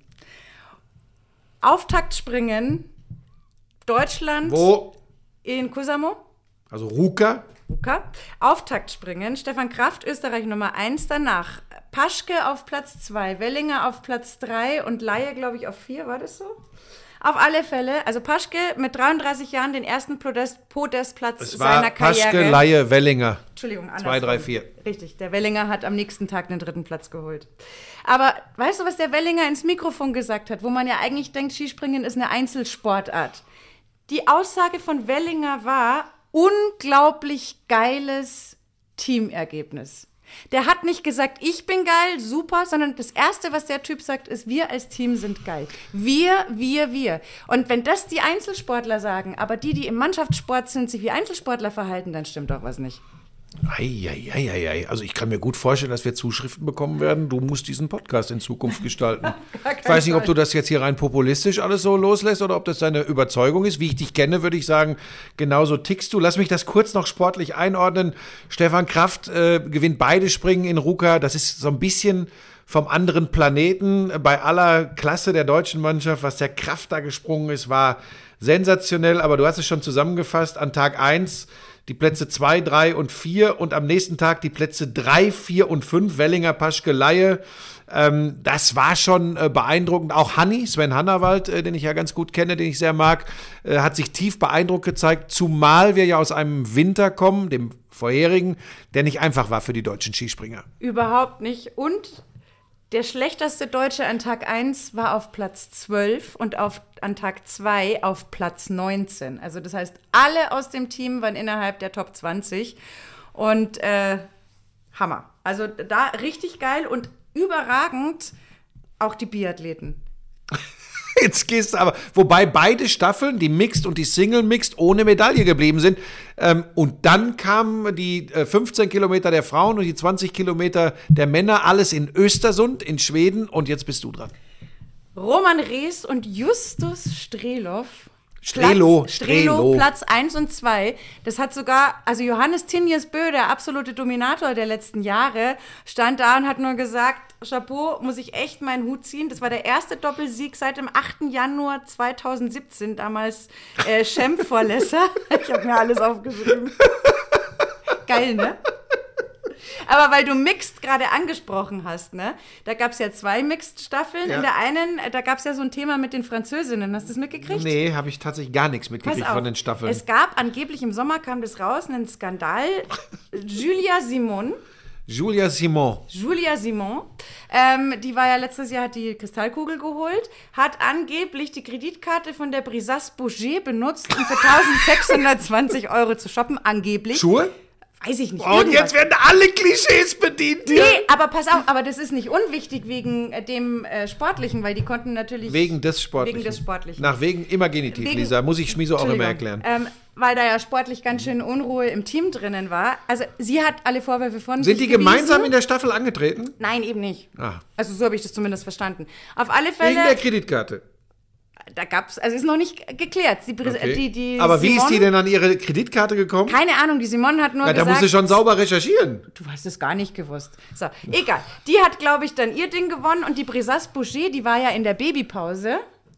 Auftaktspringen, Deutschland. Wo? In Kuusamo. Also Ruka. Ruka. Auftaktspringen, Stefan Kraft, Österreich Nummer eins, danach Paschke auf Platz zwei, Wellinger auf Platz drei und Laie, glaube ich, auf vier, war das so? Auf alle Fälle, also Paschke mit dreiunddreißig Jahren den ersten Podest, Podestplatz Es war seiner Karriere. Paschke, Laie, Wellinger. Entschuldigung, anders. zwei, drei, vier. Richtig, der Wellinger hat am nächsten Tag den dritten Platz geholt. Aber weißt du, was der Wellinger ins Mikrofon gesagt hat, wo man ja eigentlich denkt, Skispringen ist eine Einzelsportart? Die Aussage von Wellinger war, unglaublich geiles Teamergebnis. Der hat nicht gesagt, ich bin geil, super, sondern das Erste, was der Typ sagt, ist, wir als Team sind geil. Wir, wir, wir. Und wenn das die Einzelsportler sagen, aber die, die im Mannschaftssport sind, sich wie Einzelsportler verhalten, dann stimmt doch was nicht. Eieieiei. Also ich kann mir gut vorstellen, dass wir Zuschriften bekommen werden. Du musst diesen Podcast in Zukunft gestalten. Ich weiß nicht, ob du das jetzt hier rein populistisch alles so loslässt oder ob das deine Überzeugung ist. Wie ich dich kenne, würde ich sagen, genauso tickst du. Lass mich das kurz noch sportlich einordnen. Stefan Kraft äh, gewinnt beide Springen in Ruka. Das ist so ein bisschen vom anderen Planeten. Bei aller Klasse der deutschen Mannschaft, was der Kraft da gesprungen ist, war sensationell. Aber du hast es schon zusammengefasst. An Tag eins die Plätze zwei, drei und vier und am nächsten Tag die Plätze drei, vier und fünf, Wellinger, Paschke, Laie. Ähm, das war schon äh, beeindruckend. Auch Hanni, Sven Hannawald, äh, den ich ja ganz gut kenne, den ich sehr mag, äh, hat sich tief beeindruckt gezeigt, zumal wir ja aus einem Winter kommen, dem vorherigen, der nicht einfach war für die deutschen Skispringer. Überhaupt nicht. Und der schlechteste Deutsche an Tag eins war auf Platz zwölf und auf, an Tag zwei auf Platz neunzehn. Also das heißt, alle aus dem Team waren innerhalb der Top zwanzig. Und äh, Hammer. Also da richtig geil und überragend auch die Biathleten. Jetzt gehst du aber, wobei beide Staffeln, die Mixed und die Single Mixed, ohne Medaille geblieben sind. Ähm, und dann kamen die äh, fünfzehn Kilometer der Frauen und die zwanzig Kilometer der Männer, alles in Östersund, in Schweden. Und jetzt bist du dran. Roman Rees und Justus Strelow. Strelo, Platz, Strelo, Strelo. Platz eins und zwei. Das hat sogar, also Johannes Tinjes Bö, der absolute Dominator der letzten Jahre, stand da und hat nur gesagt, Chapeau, muss ich echt meinen Hut ziehen. Das war der erste Doppelsieg seit dem achten Januar zweitausendsiebzehn, damals äh, Schemp vor Lesser. Ich habe mir alles aufgeschrieben. Geil, ne? Aber weil du Mixed gerade angesprochen hast, ne? Da gab es ja zwei Mixed-Staffeln. Ja. In der einen, da gab es ja so ein Thema mit den Französinnen. Hast du das mitgekriegt? Nee, habe ich tatsächlich gar nichts mitgekriegt Pass auf, von den Staffeln. Es gab angeblich im Sommer, kam das raus, einen Skandal. Julia Simon, Julia Simon. Julia Simon, ähm, die war ja letztes Jahr, hat die Kristallkugel geholt, hat angeblich die Kreditkarte von der Brisas Bouger benutzt, um für eintausendsechshundertzwanzig Euro zu shoppen, angeblich. Schuhe? Weiß ich nicht. Oh, und irgendwas. jetzt werden alle Klischees bedient hier. Nee, aber pass auf, aber das ist nicht unwichtig wegen äh, dem äh, Sportlichen, weil die konnten natürlich... Wegen des Sportlichen. Wegen des Sportlichen. Nach wegen immer Genitiv, Wegen- Lisa. Muss ich Schmieso auch immer Entschuldigung. erklären. Ähm, weil da ja sportlich ganz schön Unruhe im Team drinnen war. Also sie hat alle Vorwürfe von Sind sich die gemeinsam gewiesen. in der Staffel angetreten? Nein, eben nicht. Ah. Also so habe ich das zumindest verstanden. Auf alle Wegen der Fälle, Kreditkarte. da gab's, also ist noch nicht geklärt. Die, Okay. die, die Aber wie Simone, ist die denn an ihre Kreditkarte gekommen? Keine Ahnung, die Simone hat nur Ja, da gesagt... musst du schon sauber recherchieren. Du hast es gar nicht gewusst. So, egal. Die hat, glaube ich, dann ihr Ding gewonnen und die Brisas Boucher, die war ja in der Babypause.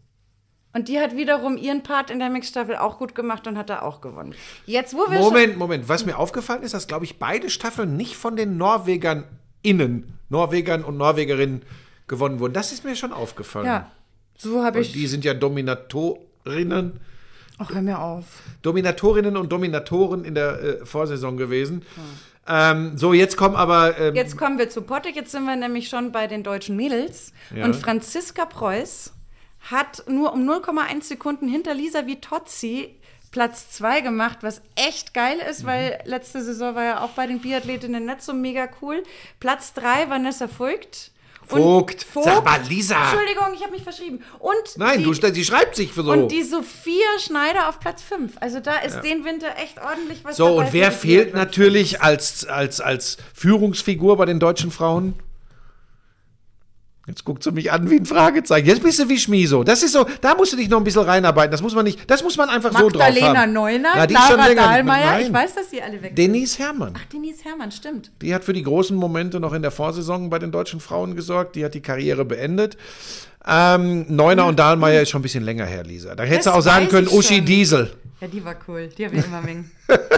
Und die hat wiederum ihren Part in der Mixstaffel auch gut gemacht und hat da auch gewonnen. Jetzt, wo wir Moment, Moment. Was mir aufgefallen ist, dass, glaube ich, beide Staffeln nicht von den Norwegern innen, Norwegern und Norwegerinnen gewonnen wurden. Das ist mir schon aufgefallen. schon... Ja, so habe Und ich... die sind ja Dominatorinnen. Ach, hör mir auf. Dominatorinnen und Dominatoren in der äh, Vorsaison gewesen. Ähm, so, jetzt kommen aber... Ähm, Jetzt kommen wir zu Pottek. Jetzt sind wir nämlich schon bei den deutschen Mädels. Ja. Und Franziska Preuß hat nur um null Komma eins Sekunden hinter Lisa Vitozzi Platz zwei gemacht, was echt geil ist, weil letzte Saison war ja auch bei den Biathletinnen nicht so mega cool. Platz drei Vanessa Voigt. Vogt. Vogt. Sag mal, Lisa. Entschuldigung, ich habe mich verschrieben. Und Nein, die, du, die schreibt sich so. Und die Sophia Schneider auf Platz fünf. Also da ist ja. den Winter echt ordentlich was so, dabei. So, und wer fehlt natürlich als, als, als Führungsfigur bei den deutschen Frauen? Jetzt guckt sie mich an wie ein Fragezeichen. Jetzt bist du wie Schmiso. Das ist so, da musst du dich noch ein bisschen reinarbeiten. Das muss man nicht, das muss man einfach Magdalena so drauf haben. Magdalena Neuner, Na, die Clara Dahlmeier. Ich weiß, dass die alle weg sind. Denise Herrmann. Ach, Denise Herrmann, stimmt. Die hat für die großen Momente noch in der Vorsaison bei den deutschen Frauen gesorgt. Die hat die Karriere beendet. Ähm, Neuner mhm. und Dahlmeier ist schon ein bisschen länger her, Lisa. Da hättest du auch sagen können, Uschi schon. Diesel. Ja, die war cool. Die habe ich immer mengen.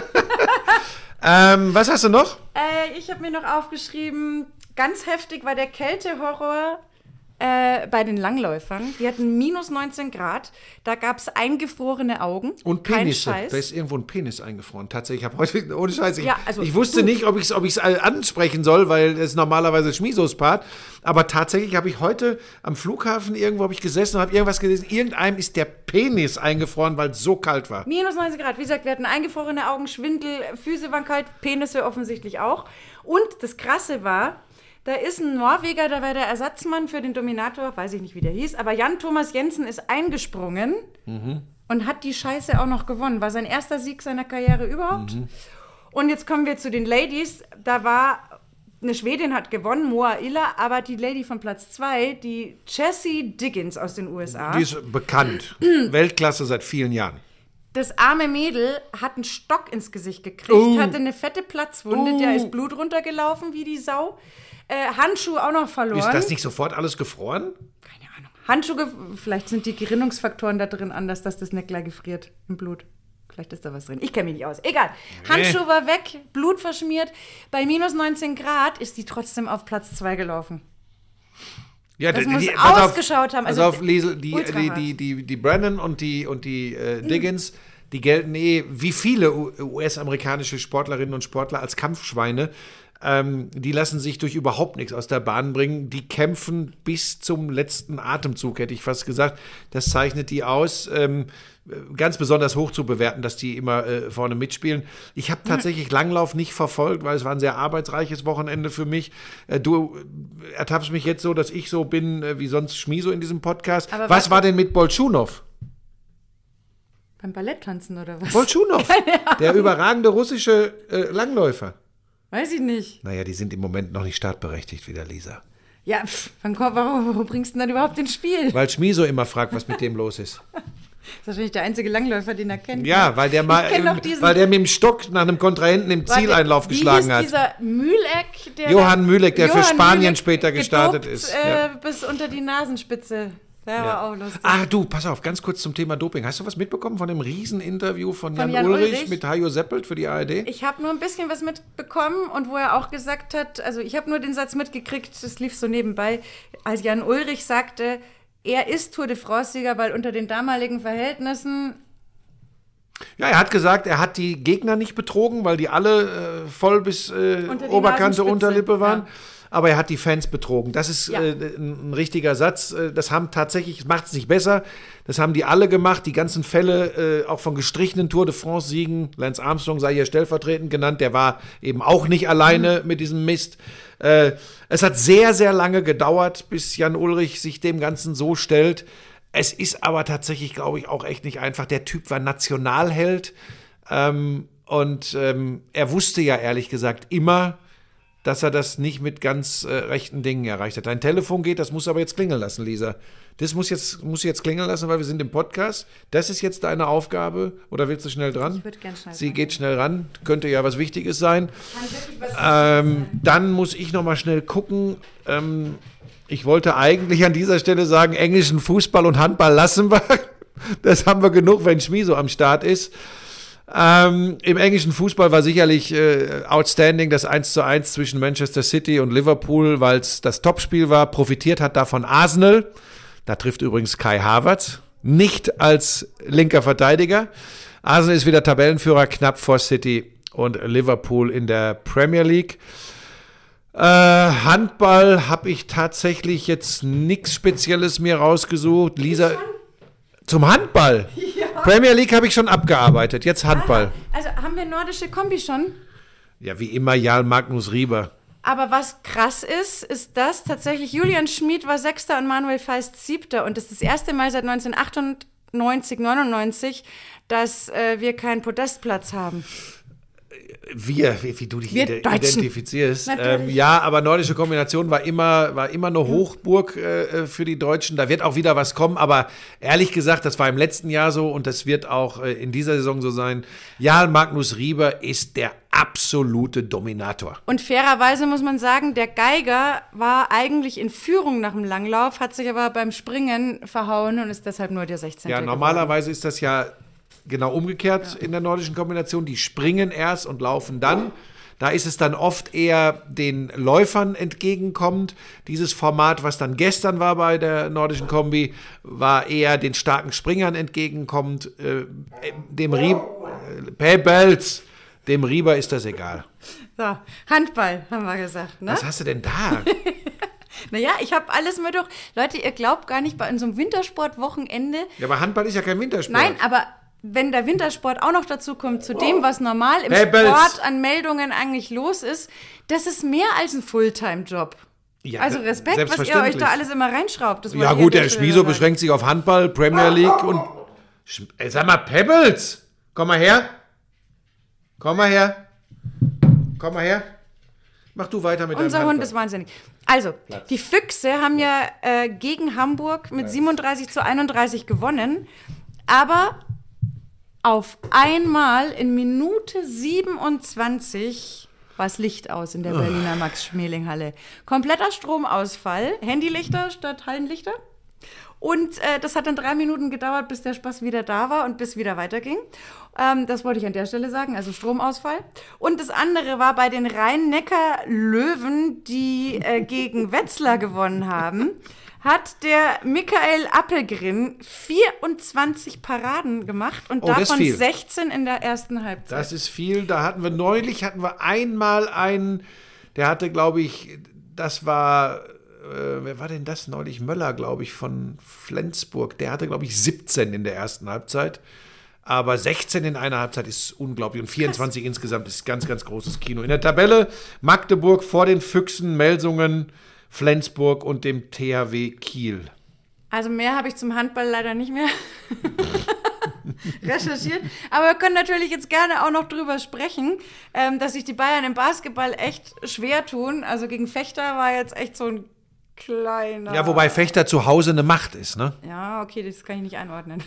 ähm, was hast du noch? Äh, ich habe mir noch aufgeschrieben, ganz heftig war der Kältehorror äh, bei den Langläufern. Die hatten minus neunzehn Grad. Da gab es eingefrorene Augen. Und Penisse. Da ist irgendwo ein Penis eingefroren. Tatsächlich, ich habe heute, ohne Scheiß, ich, ja, also, ich wusste du. nicht, ob ich es ob ich's ansprechen soll, weil es normalerweise Schmisos Part. Aber tatsächlich habe ich heute am Flughafen irgendwo habe ich gesessen und habe irgendwas gelesen. Irgendeinem ist der Penis eingefroren, weil es so kalt war. minus neunzehn Grad. Wie gesagt, wir hatten eingefrorene Augen, Schwindel, Füße waren kalt, Penisse offensichtlich auch. Und das Krasse war, da ist ein Norweger, da war der Ersatzmann für den Dominator, weiß ich nicht, wie der hieß, aber Jan Thomas Jensen ist eingesprungen mhm. und hat die Scheiße auch noch gewonnen. War sein erster Sieg seiner Karriere überhaupt. Mhm. Und jetzt kommen wir zu den Ladies. Da war eine Schwedin, hat gewonnen, Moa Illa, aber die Lady von Platz zwei, die Jessie Diggins aus den U S A. Die ist bekannt. Weltklasse seit vielen Jahren. Das arme Mädel hat einen Stock ins Gesicht gekriegt, uh. hatte eine fette Platzwunde, uh. da ist Blut runtergelaufen wie die Sau. Äh, Handschuh auch noch verloren. Ist das nicht sofort alles gefroren? Keine Ahnung. Handschuhe, ge- vielleicht sind die Gerinnungsfaktoren da drin anders, dass das nicht gleich gefriert im Blut. Vielleicht ist da was drin. Ich kenne mich nicht aus. Egal. Nee. Handschuh war weg, Blut verschmiert. Bei minus neunzehn Grad ist die trotzdem auf Platz zwei gelaufen. Ja, das die, muss die, ausgeschaut auf, haben. Also auf, Liesel, die, die, die, die, die Brennan und die, und die äh, Diggins, mhm. die gelten eh, wie viele U S-amerikanische Sportlerinnen und Sportler, als Kampfschweine. Ähm, die lassen sich durch überhaupt nichts aus der Bahn bringen. Die kämpfen bis zum letzten Atemzug, hätte ich fast gesagt. Das zeichnet die aus. Ähm, ganz besonders hoch zu bewerten, dass die immer äh, vorne mitspielen. Ich habe tatsächlich Langlauf nicht verfolgt, weil es war ein sehr arbeitsreiches Wochenende für mich. Äh, du ertappst mich jetzt so, dass ich so bin, äh, wie sonst Schmiso in diesem Podcast. Aber was war denn mit Bolschunow? Beim Balletttanzen oder was? Bolschunow, der überragende russische äh, Langläufer. Weiß ich nicht. Naja, die sind im Moment noch nicht startberechtigt wieder, Lisa. Ja, pff, warum, warum, warum bringst du denn dann überhaupt ins Spiel? Weil Schmiso immer fragt, was mit dem los ist. Das ist wahrscheinlich der einzige Langläufer, den er kennt. Ja, weil der mal, ähm, diesen, weil der mit dem Stock nach einem Kontrahenten im Zieleinlauf der, geschlagen hat. Dieser Mühleck, der Johann Mühleck, der Johann für Spanien Mühleck später gestartet gedopt, ist. Äh, ja. Bis unter die Nasenspitze. Der ja. war auch lustig. Ach du, pass auf, ganz kurz zum Thema Doping. Hast du was mitbekommen von dem Rieseninterview von, von Jan, Jan Ulrich, Ulrich mit Hajo Seppelt für die A R D? Ich habe nur ein bisschen was mitbekommen und wo er auch gesagt hat, also ich habe nur den Satz mitgekriegt, das lief so nebenbei, als Jan Ulrich sagte, er ist Tour de France-Sieger, weil unter den damaligen Verhältnissen... Ja, er hat gesagt, er hat die Gegner nicht betrogen, weil die alle äh, voll bis äh, Oberkante, Unterlippe waren. Ja. Aber er hat die Fans betrogen. Das ist ja. äh, ein, ein richtiger Satz. Das haben tatsächlich, macht es nicht besser, das haben die alle gemacht. Die ganzen Fälle, äh, auch von gestrichenen Tour de France-Siegen, Lance Armstrong sei hier stellvertretend genannt, der war eben auch nicht alleine mhm. mit diesem Mist. Äh, es hat sehr, sehr lange gedauert, bis Jan Ulrich sich dem Ganzen so stellt. Es ist aber tatsächlich, glaube ich, auch echt nicht einfach. Der Typ war Nationalheld ähm, und ähm, er wusste ja ehrlich gesagt immer, dass er das nicht mit ganz äh, rechten Dingen erreicht hat. Dein Telefon geht, das muss aber jetzt klingeln lassen, Lisa. Das muss jetzt, muss jetzt klingeln lassen, weil wir sind im Podcast. Das ist jetzt deine Aufgabe. Oder willst du schnell dran? Ich würde gerne schnell Sie dran. geht schnell ran. Könnte ja was Wichtiges sein. Ähm, dann muss ich noch mal schnell gucken. Ähm, ich wollte eigentlich an dieser Stelle sagen, englischen Fußball und Handball lassen wir. Das haben wir genug, wenn Schmiso am Start ist. Ähm, im englischen Fußball war sicherlich äh, outstanding das eins zu eins zwischen Manchester City und Liverpool, weil es das Topspiel war. Profitiert hat davon Arsenal. Da trifft übrigens Kai Havertz, nicht als linker Verteidiger. Arsenal ist wieder Tabellenführer, knapp vor City und Liverpool in der Premier League. Äh, Handball habe ich tatsächlich jetzt nichts Spezielles mir rausgesucht. Lisa, zum Handball? Ja. Premier League habe ich schon abgearbeitet, jetzt Handball. Ah, also haben wir nordische Kombi schon? Ja, wie immer Jarl Magnus Rieber. Aber was krass ist, ist, dass tatsächlich Julian Schmid war Sechster und Manuel Feist Siebter. Und das ist das erste Mal seit neunzehnhundertachtundneunzig, neunundneunzig, dass äh, wir keinen Podestplatz haben. Wir, wie, wie du dich Wir ide- identifizierst. Natürlich. Ähm, ja, aber nordische Kombination war immer, war immer eine Hochburg äh, für die Deutschen. Da wird auch wieder was kommen. Aber ehrlich gesagt, das war im letzten Jahr so und das wird auch äh, in dieser Saison so sein. Jarl Magnus Rieber ist der absolute Dominator. Und fairerweise muss man sagen, der Geiger war eigentlich in Führung nach dem Langlauf, hat sich aber beim Springen verhauen und ist deshalb nur der sechzehnte Ja, normalerweise ist das ja genau umgekehrt ja. in der nordischen Kombination. Die springen erst und laufen dann. Da ist es dann oft eher den Läufern entgegenkommend. Dieses Format, was dann gestern war bei der nordischen Kombi, war eher den starken Springern entgegenkommend. Äh, dem Rieber, äh, Pebbles, dem Rieber ist das egal. So, Handball, haben wir gesagt. Ne? Was hast du denn da? Naja, ich habe alles mal durch. Leute, ihr glaubt gar nicht, bei unserem Wintersportwochenende. Ja, aber Handball ist ja kein Wintersport. Nein, aber wenn der Wintersport auch noch dazu kommt, zu dem, was normal im Pebbles. Sport an Meldungen eigentlich los ist, das ist mehr als ein Fulltime-Job. Ja, also Respekt, was ihr euch da alles immer reinschraubt. Das ja gut, der Schmiso beschränkt sich auf Handball, Premier League und... Ey, sag mal, Pebbles, komm mal her. Komm mal her. Komm mal her. Mach du weiter mit Unser deinem Hund Handball. ist wahnsinnig. Also, Platz. die Füchse haben ja äh, gegen Hamburg mit siebenunddreißig zu einunddreißig gewonnen, aber auf einmal in Minute siebenundzwanzig war es Licht aus in der Berliner Max-Schmeling-Halle. Kompletter Stromausfall, Handylichter statt Hallenlichter. Und äh, das hat dann drei Minuten gedauert, bis der Spaß wieder da war und bis wieder weiterging. Ähm, das wollte ich an der Stelle sagen, also Stromausfall. Und das andere war bei den Rhein-Neckar-Löwen, die äh, gegen Wetzlar gewonnen haben, hat der Michael Appelgren vierundzwanzig Paraden gemacht und Oh, das ist davon viel. sechzehn in der ersten Halbzeit. Das ist viel. Da hatten wir neulich, hatten wir einmal einen, der hatte, glaube ich, das war, äh, wer war denn das neulich? Möller, glaube ich, von Flensburg. Der hatte, glaube ich, siebzehn in der ersten Halbzeit. Aber sechzehn in einer Halbzeit ist unglaublich. Und vierundzwanzig Krass. Insgesamt ist ganz, ganz großes Kino. In der Tabelle Magdeburg vor den Füchsen, Melsungen, Flensburg und dem T H W Kiel. Also mehr habe ich zum Handball leider nicht mehr recherchiert. Aber wir können natürlich jetzt gerne auch noch drüber sprechen, ähm, dass sich die Bayern im Basketball echt schwer tun. Also gegen Fechter war jetzt echt so ein kleiner... Ja, wobei Fechter zu Hause eine Macht ist, ne? Ja, okay, das kann ich nicht einordnen.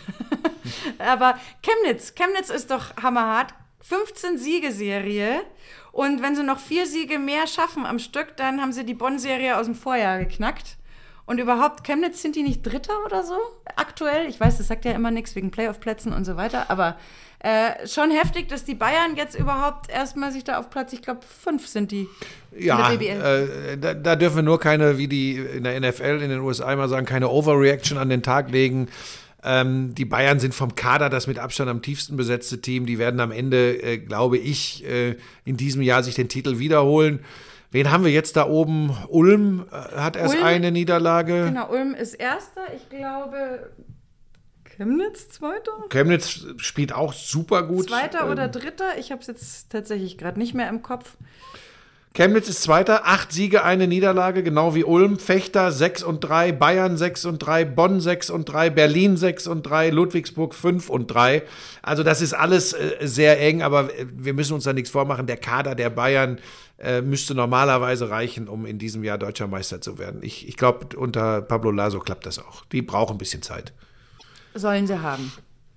Aber Chemnitz, Chemnitz ist doch hammerhart. fünfzehn Siegeserie. Und wenn sie noch vier Siege mehr schaffen am Stück, dann haben sie die Bonn-Serie aus dem Vorjahr geknackt. Und überhaupt, Chemnitz, sind die nicht Dritter oder so aktuell? Ich weiß, das sagt ja immer nichts wegen Playoff-Plätzen und so weiter. Aber äh, schon heftig, dass die Bayern jetzt überhaupt erstmal sich da auf Platz, ich glaube, fünf sind die Ja, in der B B L. äh, da, da dürfen wir nur keine, wie die in der N F L in den U S A immer sagen, keine Overreaction an den Tag legen. Ähm, die Bayern sind vom Kader das mit Abstand am tiefsten besetzte Team. Die werden am Ende, äh, glaube ich, äh, in diesem Jahr sich den Titel wiederholen. Wen haben wir jetzt da oben? Ulm äh, hat erst Ulm, eine Niederlage. Genau, Ulm ist Erster. Ich glaube, Chemnitz Zweiter? Chemnitz spielt auch super gut. Zweiter Ähm, oder Dritter? Ich habe es jetzt tatsächlich gerade nicht mehr im Kopf. Chemnitz ist Zweiter, acht Siege, eine Niederlage, genau wie Ulm. Fechter sechs und drei, Bayern sechs und drei, Bonn sechs und drei, Berlin sechs und drei, Ludwigsburg fünf und drei. Also das ist alles äh, sehr eng, aber äh, wir müssen uns da nichts vormachen. Der Kader der Bayern äh, müsste normalerweise reichen, um in diesem Jahr Deutscher Meister zu werden. Ich, ich glaube, unter Pablo Laso klappt das auch. Die brauchen ein bisschen Zeit. Sollen sie haben.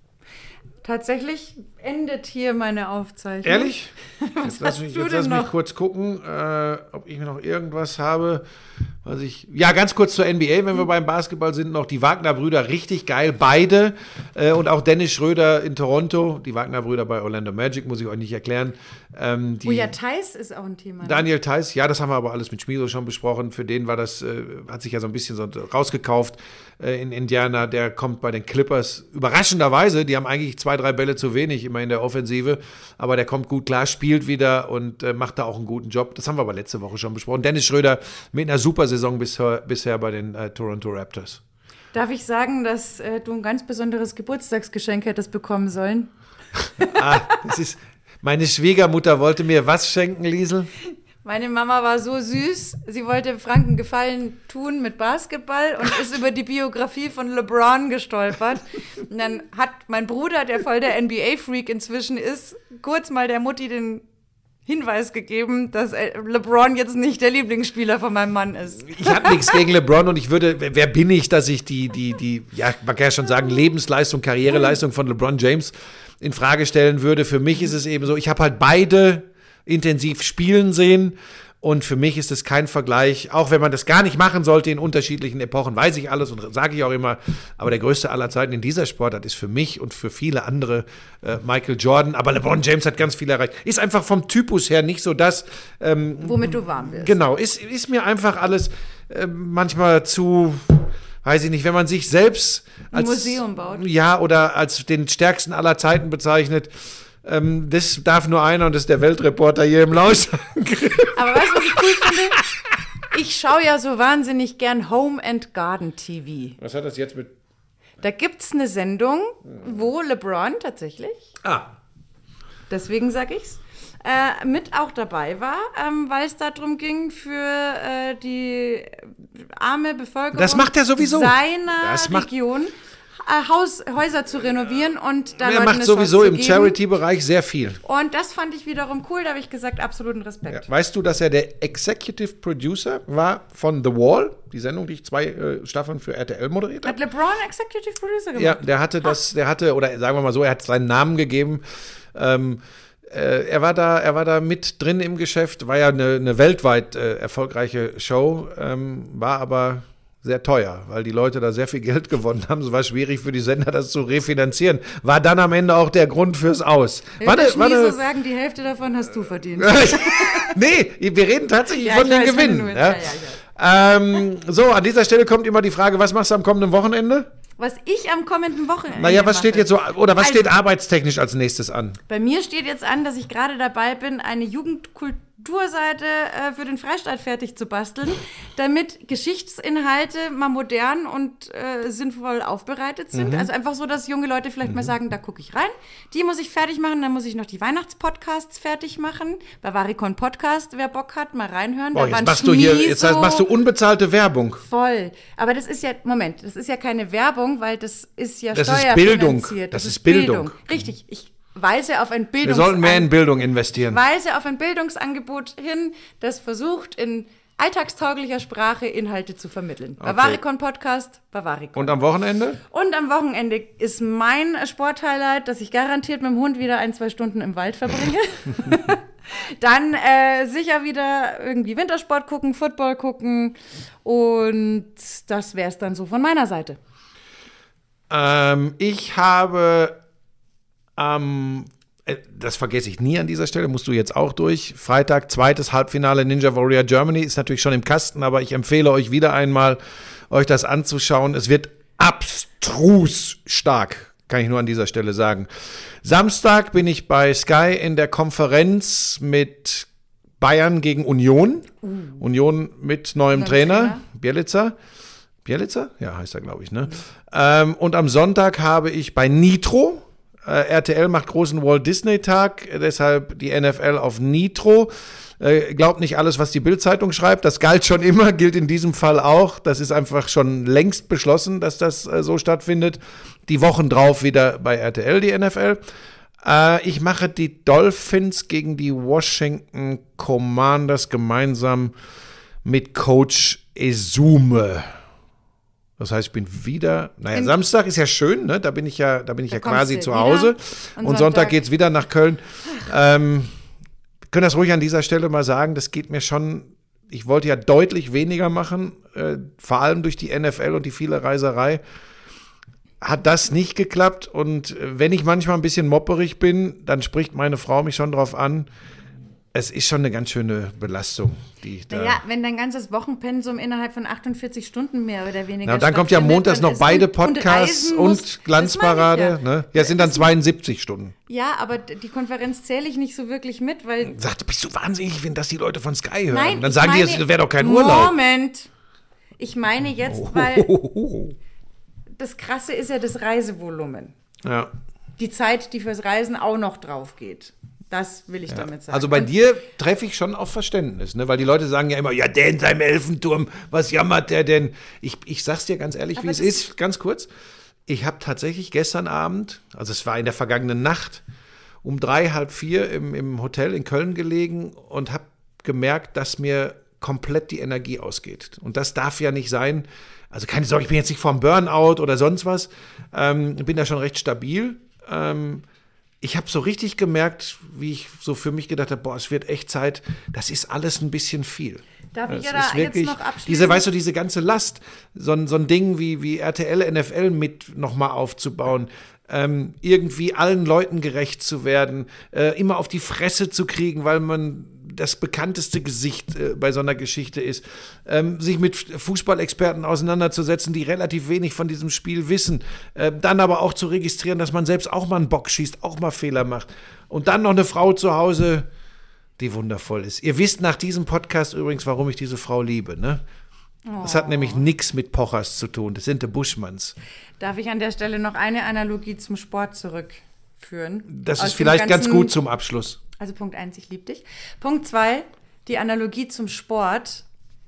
Tatsächlich endet hier meine Aufzeichnung. Ehrlich? Was Jetzt lass hast mich, du jetzt denn lass mich noch? kurz gucken, äh, ob ich noch irgendwas habe, was ich... Ja, ganz kurz zur N B A, wenn wir beim Basketball sind, noch die Wagner-Brüder, richtig geil, beide. Äh, und auch Dennis Schröder in Toronto, die Wagner-Brüder bei Orlando Magic, muss ich euch nicht erklären. Ähm, die Oh ja, Theis ist auch ein Thema. Ne? Daniel Theis, ja, das haben wir aber alles mit Schmieso schon besprochen. Für den war das, äh, hat sich ja so ein bisschen so rausgekauft äh, in Indiana. Der kommt bei den Clippers überraschenderweise. Die haben eigentlich zwei, drei Bälle zu wenig immer in der Offensive. Aber der kommt gut klar, spielt wieder und äh, macht da auch einen guten Job. Das haben wir aber letzte Woche schon besprochen. Dennis Schröder mit einer super Saison bisher, bisher bei den äh, Toronto Raptors. Darf ich sagen, dass äh, du ein ganz besonderes Geburtstagsgeschenk hättest bekommen sollen? Ah, das ist... Meine Schwiegermutter wollte mir was schenken, Liesel? Meine Mama war so süß, sie wollte Frank einen Gefallen tun mit Basketball und ist über die Biografie von LeBron gestolpert. Und dann hat mein Bruder, der voll der N B A-Freak inzwischen ist, kurz mal der Mutti den Hinweis gegeben, dass LeBron jetzt nicht der Lieblingsspieler von meinem Mann ist. Ich habe nichts gegen LeBron und ich würde, wer bin ich, dass ich die, die, die, ja, man kann ja schon sagen, Lebensleistung, Karriereleistung von LeBron James in Frage stellen würde. Für mich ist es eben so, ich habe halt beide intensiv spielen sehen und für mich ist es kein Vergleich, auch wenn man das gar nicht machen sollte in unterschiedlichen Epochen, weiß ich alles und sage ich auch immer, aber der größte aller Zeiten in dieser Sportart ist für mich und für viele andere äh, Michael Jordan, aber LeBron James hat ganz viel erreicht, ist einfach vom Typus her nicht so das, ähm, womit du warm wirst. Genau, ist, ist mir einfach alles äh, manchmal zu, weiß ich nicht, wenn man sich selbst als ein Museum baut. Ja, oder als den stärksten aller Zeiten bezeichnet. Ähm, das darf nur einer und das ist der Weltreporter hier im Lauschangriff. Aber weißt du, was ich cool finde? Ich schaue ja so wahnsinnig gern Home and Garden T V. Was hat das jetzt mit... Da gibt es eine Sendung, wo LeBron tatsächlich, Ah. deswegen sage ich's, äh, mit auch dabei war, ähm, weil es darum ging, für äh, die arme Bevölkerung Das macht er sowieso. seiner Das macht- Region äh, Haus, Häuser zu renovieren und da Er Leuten macht eine sowieso Chance im zu geben. Charity-Bereich sehr viel. Und das fand ich wiederum cool, da habe ich gesagt, absoluten Respekt. Ja. Weißt du, dass er der Executive Producer war von The Wall, die Sendung, die ich zwei äh, Staffeln für R T L moderiert habe? Hat LeBron Executive Producer gemacht? Ja, der hatte das, der hatte, oder sagen wir mal so, er hat seinen Namen gegeben. Ähm, äh, er war da, er war da mit drin im Geschäft, war ja eine, eine weltweit äh, erfolgreiche Show, ähm, war aber sehr teuer, weil die Leute da sehr viel Geld gewonnen haben. Es war schwierig für die Sender, das zu refinanzieren. War dann am Ende auch der Grund fürs Aus. Ich War würde ne, war nie ne, so sagen, die Hälfte davon hast du verdient. nee, wir reden tatsächlich Ja, von ich den weiß, wenn Gewinnen. du willst. Ja. Ja, ja, Ähm, so, an dieser Stelle kommt immer die Frage, was machst du am kommenden Wochenende? Was ich am kommenden Wochenende Naja, was steht mache. jetzt so, oder was Also- steht arbeitstechnisch als nächstes an? Bei mir steht jetzt an, dass ich gerade dabei bin, eine Jugendkulturseite äh, für den Freistaat fertig zu basteln, damit Geschichtsinhalte mal modern und äh, sinnvoll aufbereitet sind. Mhm. Also einfach so, dass junge Leute vielleicht mal sagen, da gucke ich rein. Die muss ich fertig machen, dann muss ich noch die Weihnachtspodcasts fertig machen. Bei Varicon Podcast, wer Bock hat, mal reinhören. Boah, Da waren jetzt machst du hier, Schmiso- jetzt machst du unbezahlte Werbung. Voll. Aber das ist ja, Moment, das ist ja keine Werbung, weil das ist ja Das ist steuerfinanziert. Bildung. Das ist Bildung. Richtig. Ich weise auf ein Wir Bildungs- sollten mehr in Bildung investieren. weise auf ein Bildungsangebot hin, das versucht, in alltagstauglicher Sprache Inhalte zu vermitteln. Okay. Bavaricon Podcast, Bavaricon. Und am Wochenende? Und am Wochenende ist mein Sporthighlight, dass ich garantiert mit dem Hund wieder ein, zwei Stunden im Wald verbringe. Dann äh, sicher wieder irgendwie Wintersport gucken, Football gucken und das wäre es dann so von meiner Seite. Ähm, ich habe am, äh, das vergesse ich nie an dieser Stelle, musst du jetzt auch durch. Freitag, zweites Halbfinale Ninja Warrior Germany, ist natürlich schon im Kasten, aber ich empfehle euch wieder einmal, euch das anzuschauen. Es wird abstrus stark, kann ich nur an dieser Stelle sagen. Samstag bin ich bei Sky in der Konferenz mit Bayern gegen Union. Uh. Union mit neuem Neuem Trainer, Trainer. Bielitzer. Bielitzer? Ja, heißt er, glaube ich, ne? Mhm. Ähm, und am Sonntag habe ich bei Nitro, äh, R T L macht großen Walt Disney Tag, äh, deshalb die N F L auf Nitro. Äh, glaubt nicht alles, was die Bild-Zeitung schreibt. Das galt schon immer, gilt in diesem Fall auch. Das ist einfach schon längst beschlossen, dass das äh, so stattfindet. Die Wochen drauf wieder bei R T L, die N F L. Äh, ich mache die Dolphins gegen die Washington Commanders gemeinsam mit Coach Esume. Das heißt, ich bin wieder, naja, In- Samstag ist ja schön, ne? Da bin ich ja, da bin ich Da ja kommst quasi du zu wieder. Hause. Und Und, Sonntag, Sonntag geht's wieder nach Köln. Ähm, wir können das ruhig an dieser Stelle mal sagen, das geht mir schon, ich wollte ja deutlich weniger machen, äh, vor allem durch die N F L und die viele Reiserei. Hat das nicht geklappt und äh, wenn ich manchmal ein bisschen mopperig bin, dann spricht meine Frau mich schon drauf an. Es ist schon eine ganz schöne Belastung, die ich da. Naja, wenn dein ganzes Wochenpensum innerhalb von achtundvierzig Stunden mehr oder weniger Na, und dann kommt ja stattfindet, montags dann noch ist- beide und- und Podcasts Reisen und, muss- Glanzparade. das meine ich Ne? Ja, es sind dann zweiundsiebzig Stunden. Ja, aber d- die Konferenz zähle ich nicht so wirklich mit, weil Sagt, bist du wahnsinnig, wenn das die Leute von Sky hören? Nein, dann ich sagen die, meine- es wäre doch kein Urlaub. Moment. Ich meine jetzt, weil das Krasse ist ja das Reisevolumen. Ja. Die Zeit, die fürs Reisen auch noch drauf geht. Das will ich Ja. damit sagen. Also bei Und dir treffe ich schon auf Verständnis, ne? Weil die Leute sagen ja immer, ja, der in seinem Elfenturm, was jammert der denn? Ich, ich sag's dir ganz ehrlich, Aber wie es das- ist, ganz kurz. Ich habe tatsächlich gestern Abend, also es war in der vergangenen Nacht, um drei, halb vier im, im Hotel in Köln gelegen und habe gemerkt, dass mir komplett die Energie ausgeht. Und das darf ja nicht sein. Also keine Sorge, ich bin jetzt nicht vom Burnout oder sonst was. Ähm, bin da schon recht stabil. Ähm, ich habe so richtig gemerkt, wie ich so für mich gedacht habe, boah, es wird echt Zeit, das ist alles ein bisschen viel. Darf ich Es ja da ist wirklich jetzt noch abschließen? Diese, weißt du, diese ganze Last, so, ein- so ein Ding wie, wie R T L, N F L mit nochmal aufzubauen, ähm, irgendwie allen Leuten gerecht zu werden, äh, immer auf die Fresse zu kriegen, weil man das bekannteste Gesicht äh, bei so einer Geschichte ist, ähm, sich mit Fußballexperten auseinanderzusetzen, die relativ wenig von diesem Spiel wissen, äh, dann aber auch zu registrieren, dass man selbst auch mal einen Bock schießt, auch mal Fehler macht und dann noch eine Frau zu Hause, die wundervoll ist. Ihr wisst nach diesem Podcast übrigens, warum ich diese Frau liebe, ne? Das hat nämlich nichts mit Pochers zu tun, das sind die Buschmanns. Darf ich an der Stelle noch eine Analogie zum Sport zurückführen? Das Aus ist dem vielleicht ganz ganzen- gut zum Abschluss. Also Punkt eins, ich liebe dich. Punkt zwei, die Analogie zum Sport.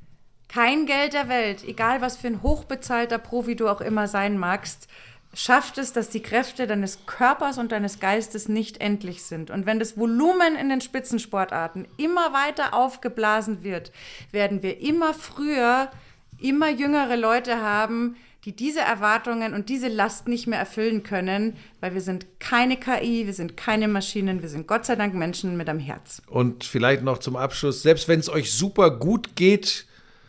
Kein Geld der Welt, egal was für ein hochbezahlter Profi du auch immer sein magst, schafft es, dass die Kräfte deines Körpers und deines Geistes nicht endlich sind. Und wenn das Volumen in den Spitzensportarten immer weiter aufgeblasen wird, werden wir immer früher, immer jüngere Leute haben, die diese Erwartungen und diese Last nicht mehr erfüllen können, weil wir sind keine K I, wir sind keine Maschinen, wir sind Gott sei Dank Menschen mit einem Herz. Und vielleicht noch zum Abschluss, selbst wenn es euch super gut geht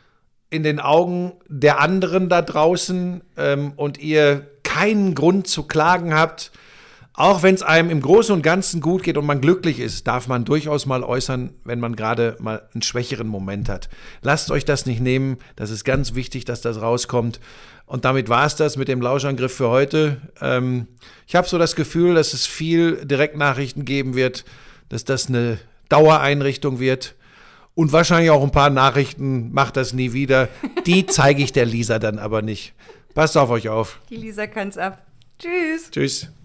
in den Augen der anderen da draußen ähm, und ihr keinen Grund zu klagen habt, auch wenn es einem im Großen und Ganzen gut geht und man glücklich ist, darf man durchaus mal äußern, wenn man gerade mal einen schwächeren Moment hat. Lasst euch das nicht nehmen, das ist ganz wichtig, dass das rauskommt. Und damit war es das mit dem Lauschangriff für heute. Ähm, ich habe so das Gefühl, dass es viel Direktnachrichten geben wird, dass das eine Dauereinrichtung wird. Und wahrscheinlich auch ein paar Nachrichten, macht das nie wieder. Die zeige ich der Lisa dann aber nicht. Passt auf euch auf. Die Lisa kann's ab. Tschüss. Tschüss.